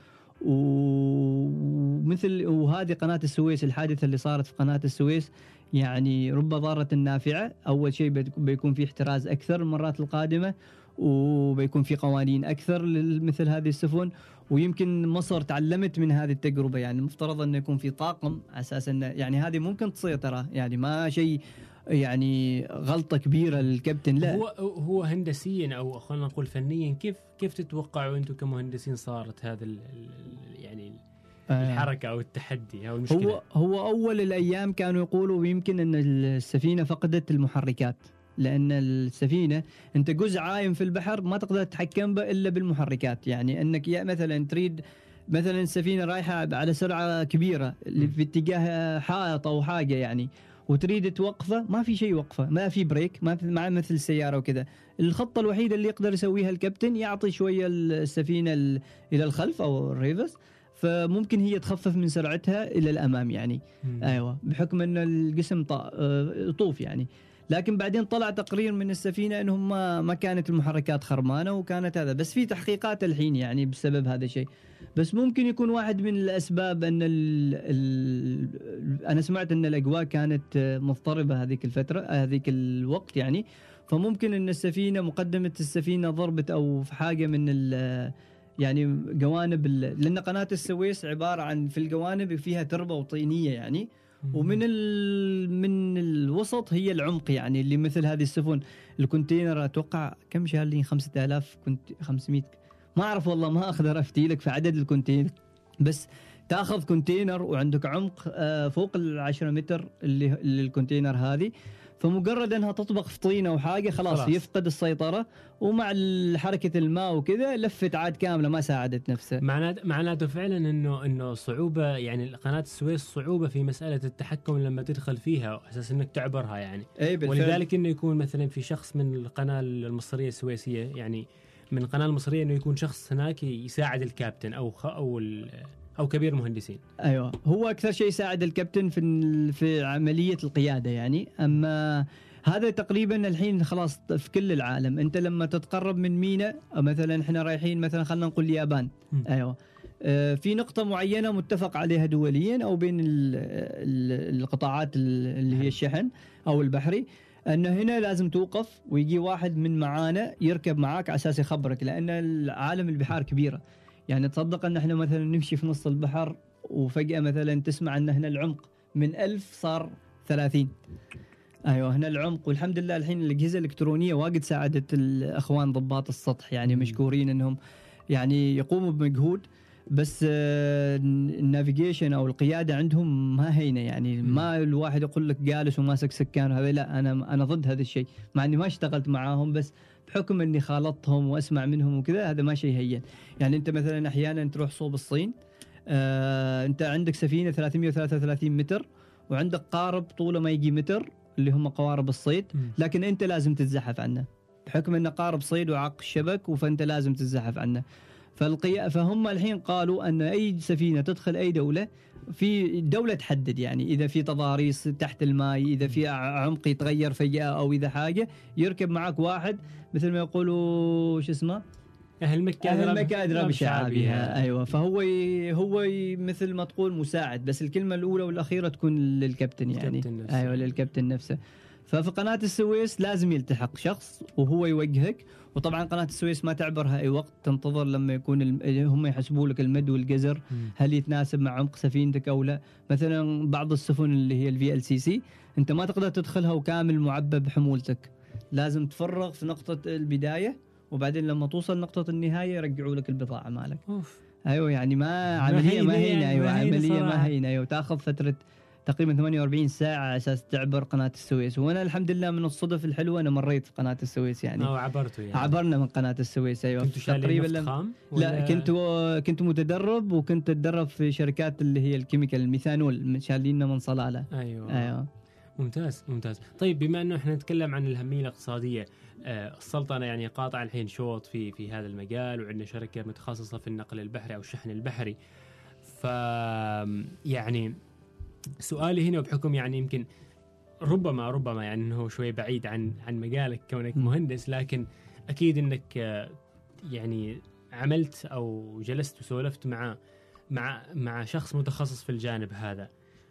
ومثل وهذه قناة السويس، الحادثة اللي صارت في قناة السويس يعني رب ضارة نافعة. أول شيء بيكون في احتراز أكثر المرات القادمة، وبيكون في قوانين أكثر لمثل هذه السفن. ويمكن مصر تعلمت من هذه التجربة، يعني المفترض أن يكون في طاقم أساس أن يعني هذه ممكن تصير ترى، يعني ما شيء يعني غلطة كبيرة للكابتن. لا هو هو هندسيا او خلينا نقول فنيا، كيف كيف تتوقعوا انتم كمهندسين صارت هذا يعني الحركة أو التحدي أو المشكلة؟ هو هو أول الأيام كانوا يقولوا يمكن أن السفينة فقدت المحركات، لأن السفينة أنت جزء عايم في البحر ما تقدر تتحكم به إلا بالمحركات. يعني أنك يا مثلا تريد مثلا السفينة رايحة على سرعة كبيرة في اتجاه حائط أو حاجة يعني، وتريد توقفه، ما في شيء وقفه، ما في بريك، ما في مع مثل السيارة وكذا. الخطة الوحيدة اللي يقدر يسويها الكابتن يعطي شوية السفينة إلى الخلف أو الريفس، فممكن هي تخفف من سرعتها إلى الأمام يعني. مم. أيوة، بحكم أن الجسم طوف يعني. لكن بعدين طلع تقرير من السفينة أنهم ما ما كانت المحركات خرمانة وكانت هذا، بس في تحقيقات الحين يعني بسبب هذا الشيء. بس ممكن يكون واحد من الأسباب أن ال ال أنا سمعت أن الأجواء كانت مضطربة هذيك الفترة هذيك الوقت يعني، فممكن أن السفينة مقدمة السفينة ضربت أو في حاجة من ال يعني جوانب، لأن قناة السويس عبارة عن في الجوانب فيها تربة وطينية يعني، ومن ال من الوسط هي العمق يعني اللي مثل هذه السفن. الكونتينر أتوقع كم شالين خمسة آلاف كنت خمسمائة، ما أعرف والله، ما أقدر أفتي لك في عدد الكونتينر، بس تأخذ كونتينر وعندك عمق فوق العشرة متر اللي الكونتينر هذه، فمجرد أنها تطبق في طينة وحاجة خلاص, خلاص يفقد السيطرة، ومع حركة الماء وكذا لفت عاد كاملة ما ساعدت نفسه. معناته معناته فعلا إنه إنه صعوبة يعني قناة السويس، صعوبة في مسألة التحكم لما تدخل فيها أساس إنك تعبرها يعني. ولذلك إنه يكون مثلا في شخص من القناة المصرية السويسية يعني من القناة المصرية إنه يكون شخص هناك يساعد الكابتن أو خ أو أو كبير مهندسين. أيوة، هو أكثر شيء يساعد الكابتن في في عملية القيادة يعني. أما هذا تقريبا الحين خلاص في كل العالم. أنت لما تتقرب من ميناء مثلا، إحنا رايحين مثلا خلنا نقول اليابان، م. أيوة آه في نقطة معينة متفق عليها دوليا أو بين ال ال القطاعات اللي هي الشحن أو البحري، أنه هنا لازم توقف ويجي واحد من معانا يركب معاك على أساس يخبرك، لأن العالم البحار كبيرة يعني. تصدق أن احنا مثلا نمشي في نص البحر وفجأة مثلا تسمع أن هنا العمق من ألف صار ثلاثين. أيوة، هنا العمق. والحمد لله الحين الأجهزة الإلكترونية واجد ساعدت الأخوان ضباط السطح يعني، مشكورين أنهم يعني يقوموا بمجهود، بس النافيجيشن أو القيادة عندهم ما هينة يعني. ما الواحد يقول لك جالس وماسك سكان هذا، لا، أنا أنا ضد هذا الشيء، مع أني ما اشتغلت معاهم، بس بحكم أني خالطتهم وأسمع منهم وكذا، هذا ما شيء هين يعني. أنت مثلا أحيانا تروح صوب الصين، آه أنت عندك سفينة ثلاثمائة وثلاثة وثلاثين متر، وعندك قارب طوله ما يجي متر اللي هم قوارب الصيد، لكن أنت لازم تتزحف عنه. بحكم انه قارب صيد وعق الشبك، فانت لازم تزحف عنه. فالقي... فهم الحين قالوا ان اي سفينه تدخل اي دوله، في دولة تحدد يعني إذا في تضاريس تحت الماء، إذا في عمق يتغير فجأة، أو إذا حاجة يركب معك واحد مثل ما يقولوا شو اسمه أهل مكة أهل مكة أدرى بشعابها. أيوة. فهو ي... هو ي... مثل ما تقول مساعد، بس الكلمة الأولى والأخيرة تكون للكابتن يعني. الكابتن أيوة للكابتن نفسه. ففي قناة السويس لازم يلتحق شخص وهو يوجهك. وطبعا قناة السويس ما تعبرها أي وقت، تنتظر لما يكون الم... هم يحسبوا لك المد والجزر هل يتناسب مع عمق سفينتك أو لا. مثلا بعض السفن اللي هي الفي ال سي سي أنت ما تقدر تدخلها وكامل معبى بحمولتك، لازم تفرغ في نقطة البداية، وبعدين لما توصل نقطة النهاية يرجعوا لك البضاعة مالك. أوف. أيوة يعني ما عملية ما هينة. يعني أيوة ما عملية ما هينة. أيوة تأخذ فترة تقريبا ثمانية وأربعين ساعة على أساس تعبر قناة السويس. وأنا الحمد لله من الصدف الحلوة أنا مريت في قناة السويس يعني. أو عبرتوا يعني. عبرنا من قناة السويس. أيوة. كنتوا شايلين نفط خام؟ لا كنت و... كنت متدرب، وكنت أتدرب في شركات اللي هي الكيميكال الميثانول شالينا من صلالة. أيوة. أيوة. ممتاز ممتاز. طيب بما أنه إحنا نتكلم عن الأهمية الاقتصادية، آه السلطنة يعني قاطع الحين شوط في في هذا المجال، وعندنا شركة متخصصة في النقل البحري أو الشحن البحري. ف يعني سؤالي هنا بحكم يعني يمكن ربما ربما يعني انه شوي بعيد عن عن مجالك كونك مهندس، لكن اكيد انك يعني عملت او جلست وسولفت مع مع مع شخص متخصص في الجانب هذا.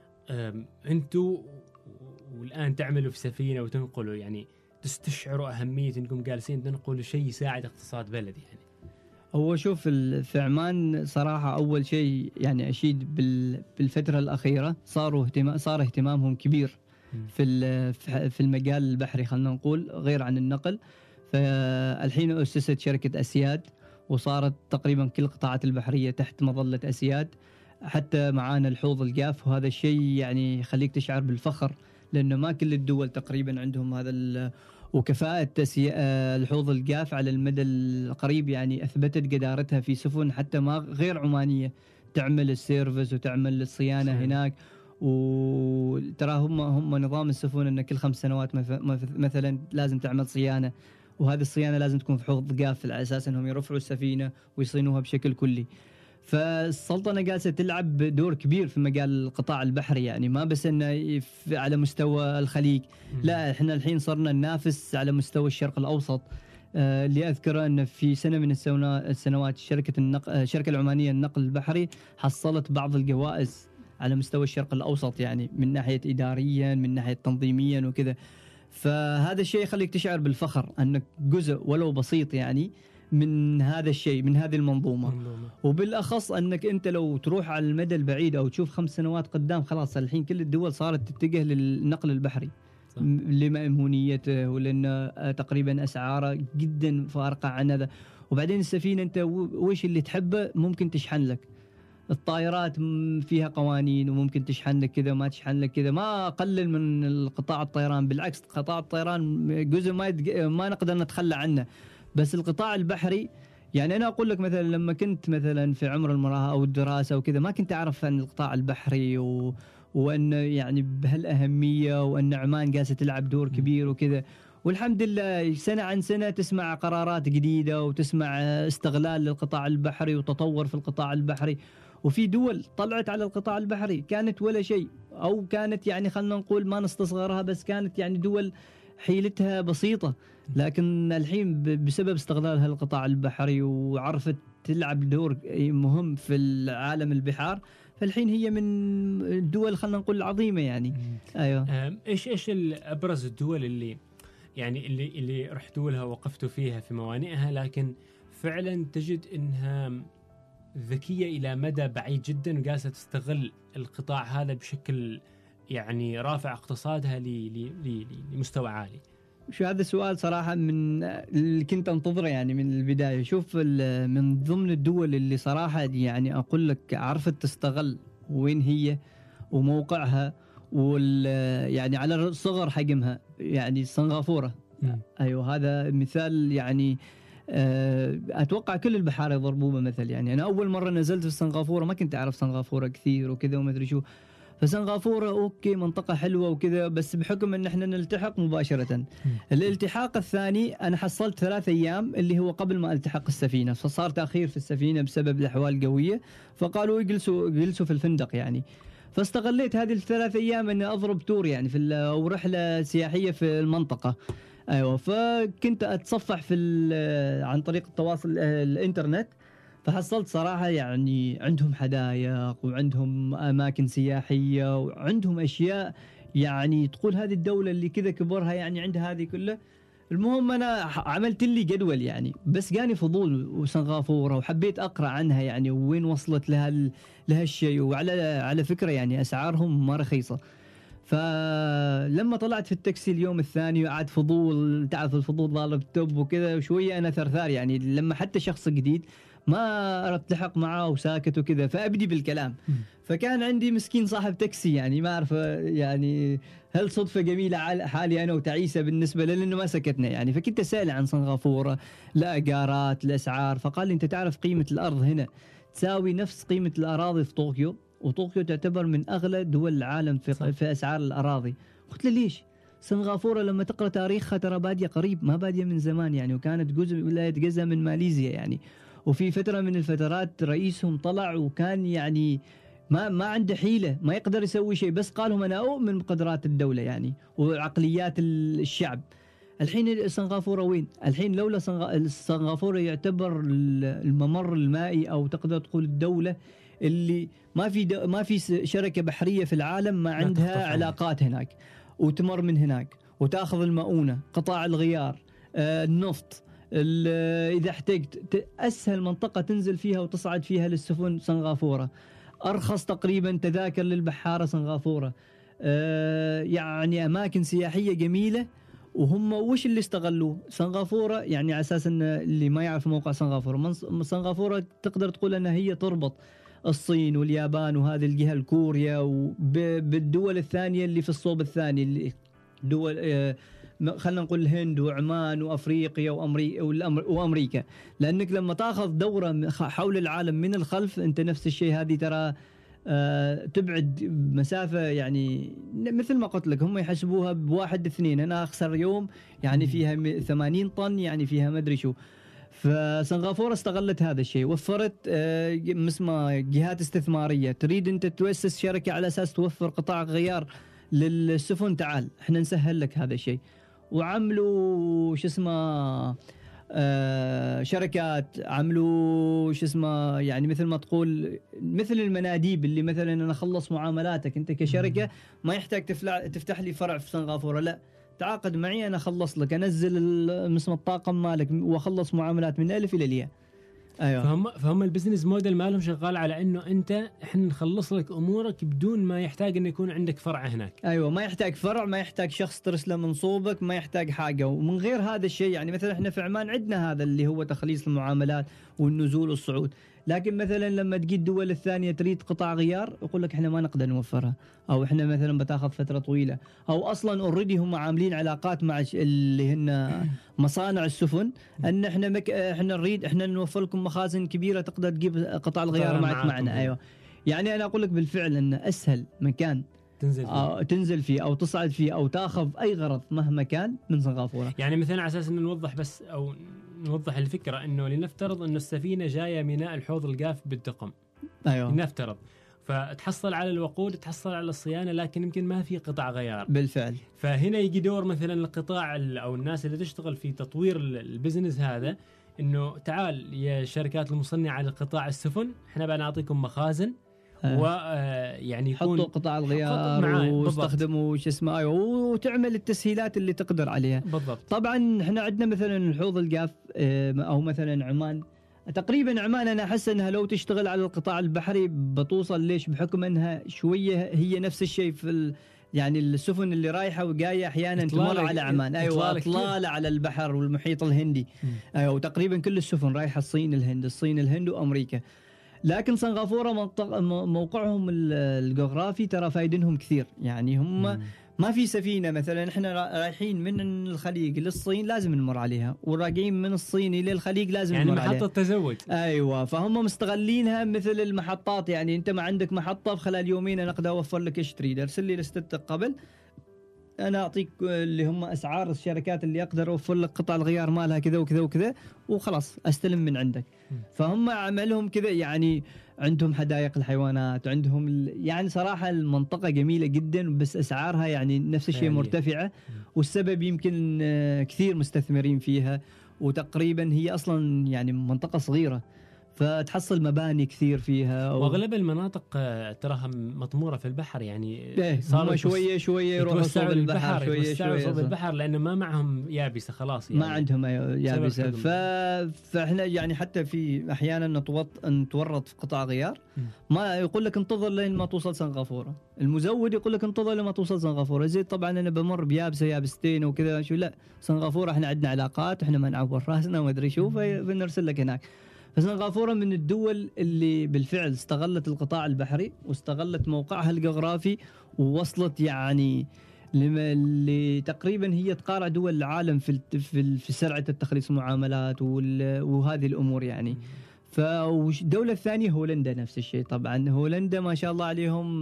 انتوا والان تعملوا في سفينه وتنقلوا، يعني تستشعروا اهميه انكم جالسين تنقلوا شيء يساعد اقتصاد بلد يعني. هو شوف في عمان صراحة أول شيء يعني أشيد بالفترة الأخيرة صاروا اهتمام صار اهتمامهم كبير في في المجال البحري، خلنا نقول غير عن النقل. فالحين أسست شركة أسياد، وصارت تقريبا كل القطاعات البحرية تحت مظلة أسياد، حتى معانا الحوض الجاف. وهذا الشيء يعني يخليك تشعر بالفخر، لأنه ما كل الدول تقريبا عندهم هذا. وكفاءة الحوض الجاف على المدى القريب يعني أثبتت جدارتها في سفن حتى ما غير عمانية تعمل السيرفس وتعمل الصيانة صحيح. هناك. وترى هم هم نظام السفن أن كل خمس سنوات مثلا لازم تعمل صيانة، وهذه الصيانة لازم تكون في حوض جاف على أساس أنهم يرفعوا السفينة ويصينوها بشكل كلي. فالسلطنة جالسة تلعب دور كبير في مجال القطاع البحري، يعني ما بس إنه على مستوى الخليج، لا إحنا الحين صرنا ننافس على مستوى الشرق الأوسط. آه اللي أذكره أن في سنة من السنوات شركة النقل الشركة العمانية النقل البحري حصلت بعض الجوائز على مستوى الشرق الأوسط، يعني من ناحية إداريا من ناحية تنظيميا وكذا. فهذا الشيء يخليك تشعر بالفخر أنك جزء ولو بسيط يعني من هذا الشيء، من هذه المنظومة. منظومة. وبالأخص أنك أنت لو تروح على المدى البعيد أو تشوف خمس سنوات قدام، خلاص الحين كل الدول صارت تتجه للنقل البحري صح. لمأمونيته ولأن تقريبا أسعاره جدا فارقة عن هذا. وبعدين السفينة أنت وش اللي تحبه ممكن تشحن لك. الطائرات فيها قوانين وممكن تشحن لك كذا وما تشحن لك كذا. ما أقلل من القطاع الطيران، بالعكس قطاع الطيران جزء ما يتج... ما نقدر نتخلى عنه. بس القطاع البحري يعني أنا أقول لك مثلا لما كنت مثلا في عمر المراهقة أو الدراسة وكذا ما كنت أعرف عن القطاع البحري و... وأن يعني بهالأهمية وأن عمان قاسة تلعب دور كبير وكذا. والحمد لله سنة عن سنة تسمع قرارات جديدة وتسمع استغلال للقطاع البحري وتطور في القطاع البحري. وفي دول طلعت على القطاع البحري كانت ولا شيء، أو كانت يعني خلنا نقول ما نستصغرها بس كانت يعني دول حيلتها بسيطة، لكن الحين بسبب استغلالها القطاع البحري وعرفت تلعب دور مهم في العالم البحار، فالحين هي من الدول خلنا نقول العظيمة يعني. أيوة. إيش إيش أبرز الدول اللي يعني اللي اللي رحتوا لها وقفتوا فيها في موانئها، لكن فعلا تجد إنها ذكية إلى مدى بعيد جدا وجالسة تستغل القطاع هذا بشكل يعني رافع اقتصادها لمستوى عالي؟ شو هذا السؤال صراحة من اللي كنت أنتظره يعني من البداية. شوف من ضمن الدول اللي صراحة يعني أقول لك عرفت تستغل وين هي وموقعها وال يعني على صغر حجمها، يعني سنغافورة. أيوة هذا مثال يعني أتوقع كل البحار يضربوه مثل. يعني أنا أول مرة نزلت في سنغافورة ما كنت أعرف سنغافورة كثير وكذا وما أدري شو، فسنغافورة أوكي منطقة حلوة وكذا، بس بحكم أن احنا نلتحق مباشرة. الالتحاق الثاني أنا حصلت ثلاث أيام اللي هو قبل ما التحق السفينة، فصار تأخير في السفينة بسبب الأحوال القوية، فقالوا يجلسوا يجلسوا في الفندق يعني. فاستغليت هذه الثلاث أيام أني أضرب تور يعني في أو رحلة سياحية في المنطقة. أيوة، فكنت أتصفح في عن طريق التواصل الإنترنت، فحصلت صراحة يعني عندهم حدائق وعندهم أماكن سياحية وعندهم أشياء يعني تقول هذه الدولة اللي كذا كبرها يعني عندها هذه كلها. المهم أنا عملت لي جدول يعني، بس جاني فضول وسنغافورة وحبيت أقرأ عنها يعني وين وصلت لها لهالشيء، وعلى على فكرة يعني أسعارهم ما رخيصة. فلما طلعت في التاكسي اليوم الثاني وقعد فضول، تعرف الفضول ضارب توب وكذا، وشوية أنا ثرثار يعني لما حتى شخص جديد ما أتلحق معاه وساكت وكذا، فأبدي بالكلام. فكان عندي مسكين صاحب تاكسي يعني ما أعرف يعني هل صدفة جميلة حالي أنا وتعيسة بالنسبة له لأنه ما سكتنا يعني. فكنت أسأل عن سنغافورة، لا إيجارات، الأسعار، فقال لي أنت تعرف قيمة الأرض هنا تساوي نفس قيمة الأراضي في طوكيو، وطوكيو تعتبر من أغلى دول العالم في, في أسعار الأراضي. قلت له ليش؟ سنغافورة لما تقرأ تاريخها ترى بادية قريب، ما بادية من زمان يعني، وكانت جزء ولاية جزء من ماليزيا يعني. وفي فترة من الفترات رئيسهم طلع وكان يعني ما ما عنده حيلة، ما يقدر يسوي شيء، بس قالهم أنا أؤمن بقدرات الدولة يعني وعقليات الشعب. الحين سنغافورة وين؟ الحين لولا سنغافورة يعتبر الممر المائي أو تقدر تقول الدولة اللي ما في ما في شركة بحرية في العالم ما عندها علاقات هناك وتمر من هناك وتأخذ المؤونة، قطاع الغيار، آه النفط، إذا احتجت أسهل منطقة تنزل فيها وتصعد فيها للسفن سنغافورة، أرخص تقريبا تذاكر للبحارة سنغافورة، آه يعني أماكن سياحية جميلة. وهم وش اللي استغلوه سنغافورة يعني على أساس أن اللي ما يعرف موقع سنغافورة، سنغافورة تقدر تقول أنها هي تربط الصين واليابان وهذه الجهة الكوريا وبالدول الثانية اللي في الصوب الثاني اللي دول آه خلنا نقول الهند وعمان وأفريقيا وأمريكا. لأنك لما تأخذ دورة حول العالم من الخلف أنت نفس الشيء، هذه ترى أه تبعد مسافة يعني مثل ما قلت لك هم يحسبوها بواحد اثنين، أنا أخسر يوم يعني فيها ثمانين طن يعني فيها مدري شو. فسنغافورة استغلت هذا الشيء، وفرت أه اسمها جهات استثمارية، تريد أنت تؤسس شركة على أساس توفر قطاع غيار للسفن، تعال احنا نسهل لك هذا الشيء. وعملوا شو اسمه آه شركات، عملوا شو اسمه يعني مثل ما تقول مثل المناديب اللي مثلا انا اخلص معاملاتك انت كشركه ما يحتاج تفلع تفتح لي فرع في سنغافوره، لا تعاقد معي انا اخلص لك، انزل اسم الطاقم مالك واخلص معاملات من الف الى الياء. أيوة. فهم فهم البزنس موديل مالهم شغال على انه انت احنا نخلص لك امورك بدون ما يحتاج انه يكون عندك فرع هناك. ايوه، ما يحتاج فرع، ما يحتاج شخص ترسله منصوبك، ما يحتاج حاجه. ومن غير هذا الشيء يعني مثلا احنا في عمان عندنا هذا اللي هو تخليص المعاملات والنزول والصعود، لكن مثلا لما تجي الدول الثانيه تريد قطاع غيار يقول لك احنا ما نقدر نوفرها، او احنا مثلا بتاخذ فتره طويله، او اصلا اوريدي هم عاملين علاقات مع اللي هن مصانع السفن ان احنا مك... احنا نريد احنا نوفر لكم مخازن كبيره تقدر تجيب قطاع الغيار معك معنا. ايوه يعني انا اقول لك بالفعل ان اسهل مكان تنزل فيه. أو تنزل فيه او تصعد فيه او تاخذ اي غرض مهما كان من سنغافوره. يعني مثلا على اساس انه نوضح بس او نوضح الفكره انه لنفترض انه السفينه جايه ميناء الحوض الجاف بالدقم. ايوه لنفترض فتحصل على الوقود، تحصل على الصيانه، لكن يمكن ما في قطاع غيار. بالفعل. فهنا يجي دور مثلا القطاع او الناس اللي تشتغل في تطوير البزنس هذا، انه تعال يا شركات المصنعه لقطاع السفن احنا بنعطيكم مخازن آه. ويعني يكون حطوا قطاع الغيار واستخدموا شو اسمه ايوه وتعمل التسهيلات اللي تقدر عليها. بالضبط. طبعا احنا عندنا مثلا الحوض الجاف او مثلا عمان، تقريبا عمان انا احس انها لو تشتغل على القطاع البحري بتوصل. ليش؟ بحكم انها شويه هي نفس الشيء في ال... يعني السفن اللي رايحه وجايه احيانا تمر على عمان. ايوه اطلاله على البحر والمحيط الهندي. ايوه وتقريبا كل السفن رايحه الصين الهند الصين الهند وامريكا. لكن سنغافورة موقعهم الجغرافي ترى فايدنهم كثير، يعني هم ما في سفينة مثلا احنا رايحين من الخليج للصين لازم نمر عليها، وراجعين من الصين إلى الخليج لازم يعني نمر عليها. يعني محطة تزود. أيوة، فهم مستغلينها مثل المحطات. يعني أنت ما عندك محطة خلال يومين أنا أقدر أوفر لك إيش تريد، أرسل لي لستك قبل، أنا أعطيك اللي هم أسعار الشركات اللي أقدر أوفر لك قطع الغيار مالها كذا وكذا وكذا، وخلاص أستلم من عندك. فهم عملهم كذا، يعني عندهم حدائق الحيوانات، عندهم ال... يعني صراحة المنطقة جميلة جدا، بس أسعارها يعني نفس الشيء مرتفعة، والسبب يمكن كثير مستثمرين فيها، وتقريبا هي أصلا يعني منطقة صغيرة، فتحصل مباني كثير فيها و... واغلب المناطق تراها مطموره في البحر، يعني صاروا شويه شويه يروحوا صوب البحر، شويه شويه صوب البحر، لانه ما معهم يابسه خلاص، يعني ما عندهم يابسه. ف... فاحنا يعني حتى في احيانا نتوط... نتورط في قطع غيار، ما يقول لك انتظر لين ما توصل سنغافوره، المزود يقول لك انتظر لين ما توصل سنغافوره. زي طبعا انا بمر بيابسه يابستين وكذا، شو لا سنغافوره احنا عندنا علاقات، احنا ما نعور راسنا وما ادري شو، فبنرسل لك هناك. فسنغافورة من الدول اللي بالفعل استغلت القطاع البحري واستغلت موقعها الجغرافي، ووصلت يعني لتقريبا هي تقارع دول العالم في في في سرعة التخليص المعاملات وهذه الأمور يعني. فالدولة الثانية هولندا نفس الشيء. طبعا هولندا ما شاء الله عليهم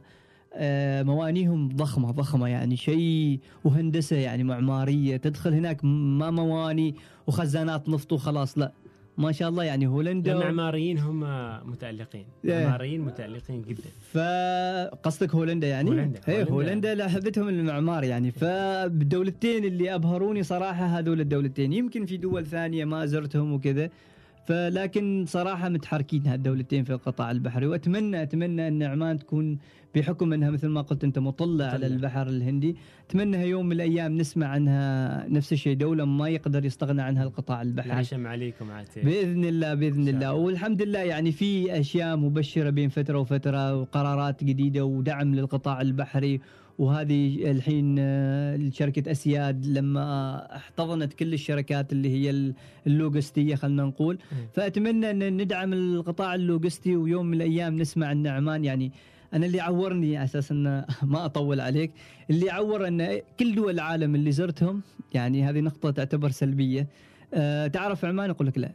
موانيهم ضخمة ضخمة يعني شيء، وهندسة يعني معمارية، تدخل هناك ما مواني وخزانات نفط وخلاص، لا ما شاء الله يعني هولندا المعماريين هم متألقين، معماريين متألقين جدا. فقصدك هولندا يعني؟ هولندا هي هولندا لعبتهم المعمار يعني. فالدولتين اللي أبهروني صراحة هذول الدولتين، يمكن في دول ثانية ما زرتهم وكذا، فلكن صراحة متحركين هالدولتين في القطاع البحري. وأتمنى أتمنى أن عمان تكون بحكم أنها مثل ما قلت أنت مطلة على البحر الهندي، أتمنى يوم من الأيام نسمع عنها نفس الشيء، دولة ما يقدر يستغنى عنها القطاع البحري. العشم عليكم عاتي بإذن الله بإذن الله. والحمد لله يعني في أشياء مبشرة بين فترة وفترة، وقرارات جديدة ودعم للقطاع البحري. وهذه الحين شركة أسياد لما احتضنت كل الشركات اللي هي اللوجستية خلنا نقول، فأتمنى أن ندعم القطاع اللوجستي، ويوم من الأيام نسمع أن عمان يعني. أنا اللي عورني أساس أن ما أطول عليك، اللي عور أن كل دول العالم اللي زرتهم، يعني هذه نقطة تعتبر سلبية، أه تعرف عمان؟ أقول لك لا.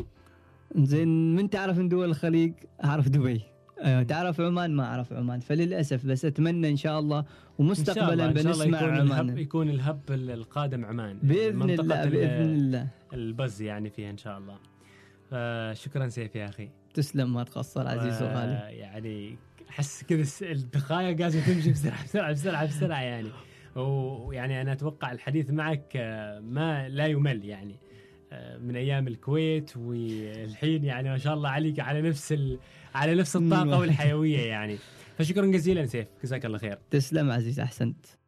زين من تعرف من دول الخليج؟ أعرف دبي. أه تعرف عمان؟ ما أعرف عمان. فللأسف بس أتمنى إن شاء الله ومستقبلا إن شاء الله بنسمع يكون عمان، الهب يكون الهب القادم عمان بإذن الله بإذن الله البز يعني فيها إن شاء الله. فشكرا سيف يا أخي، تسلم ما تقصر عزيز وغالي. يعني أحس كذا الدقائق قاعدة تمشي بسرعة بسرعة بسرعة بسرعة يعني، ويعني أنا أتوقع الحديث معك ما لا يمل يعني من أيام الكويت والحين، يعني ما شاء الله عليك على نفس على نفس الطاقة والحيوية يعني. فشكرا جزيلا سيف، جزاك الله خير. تسلم عزيز، أحسنت.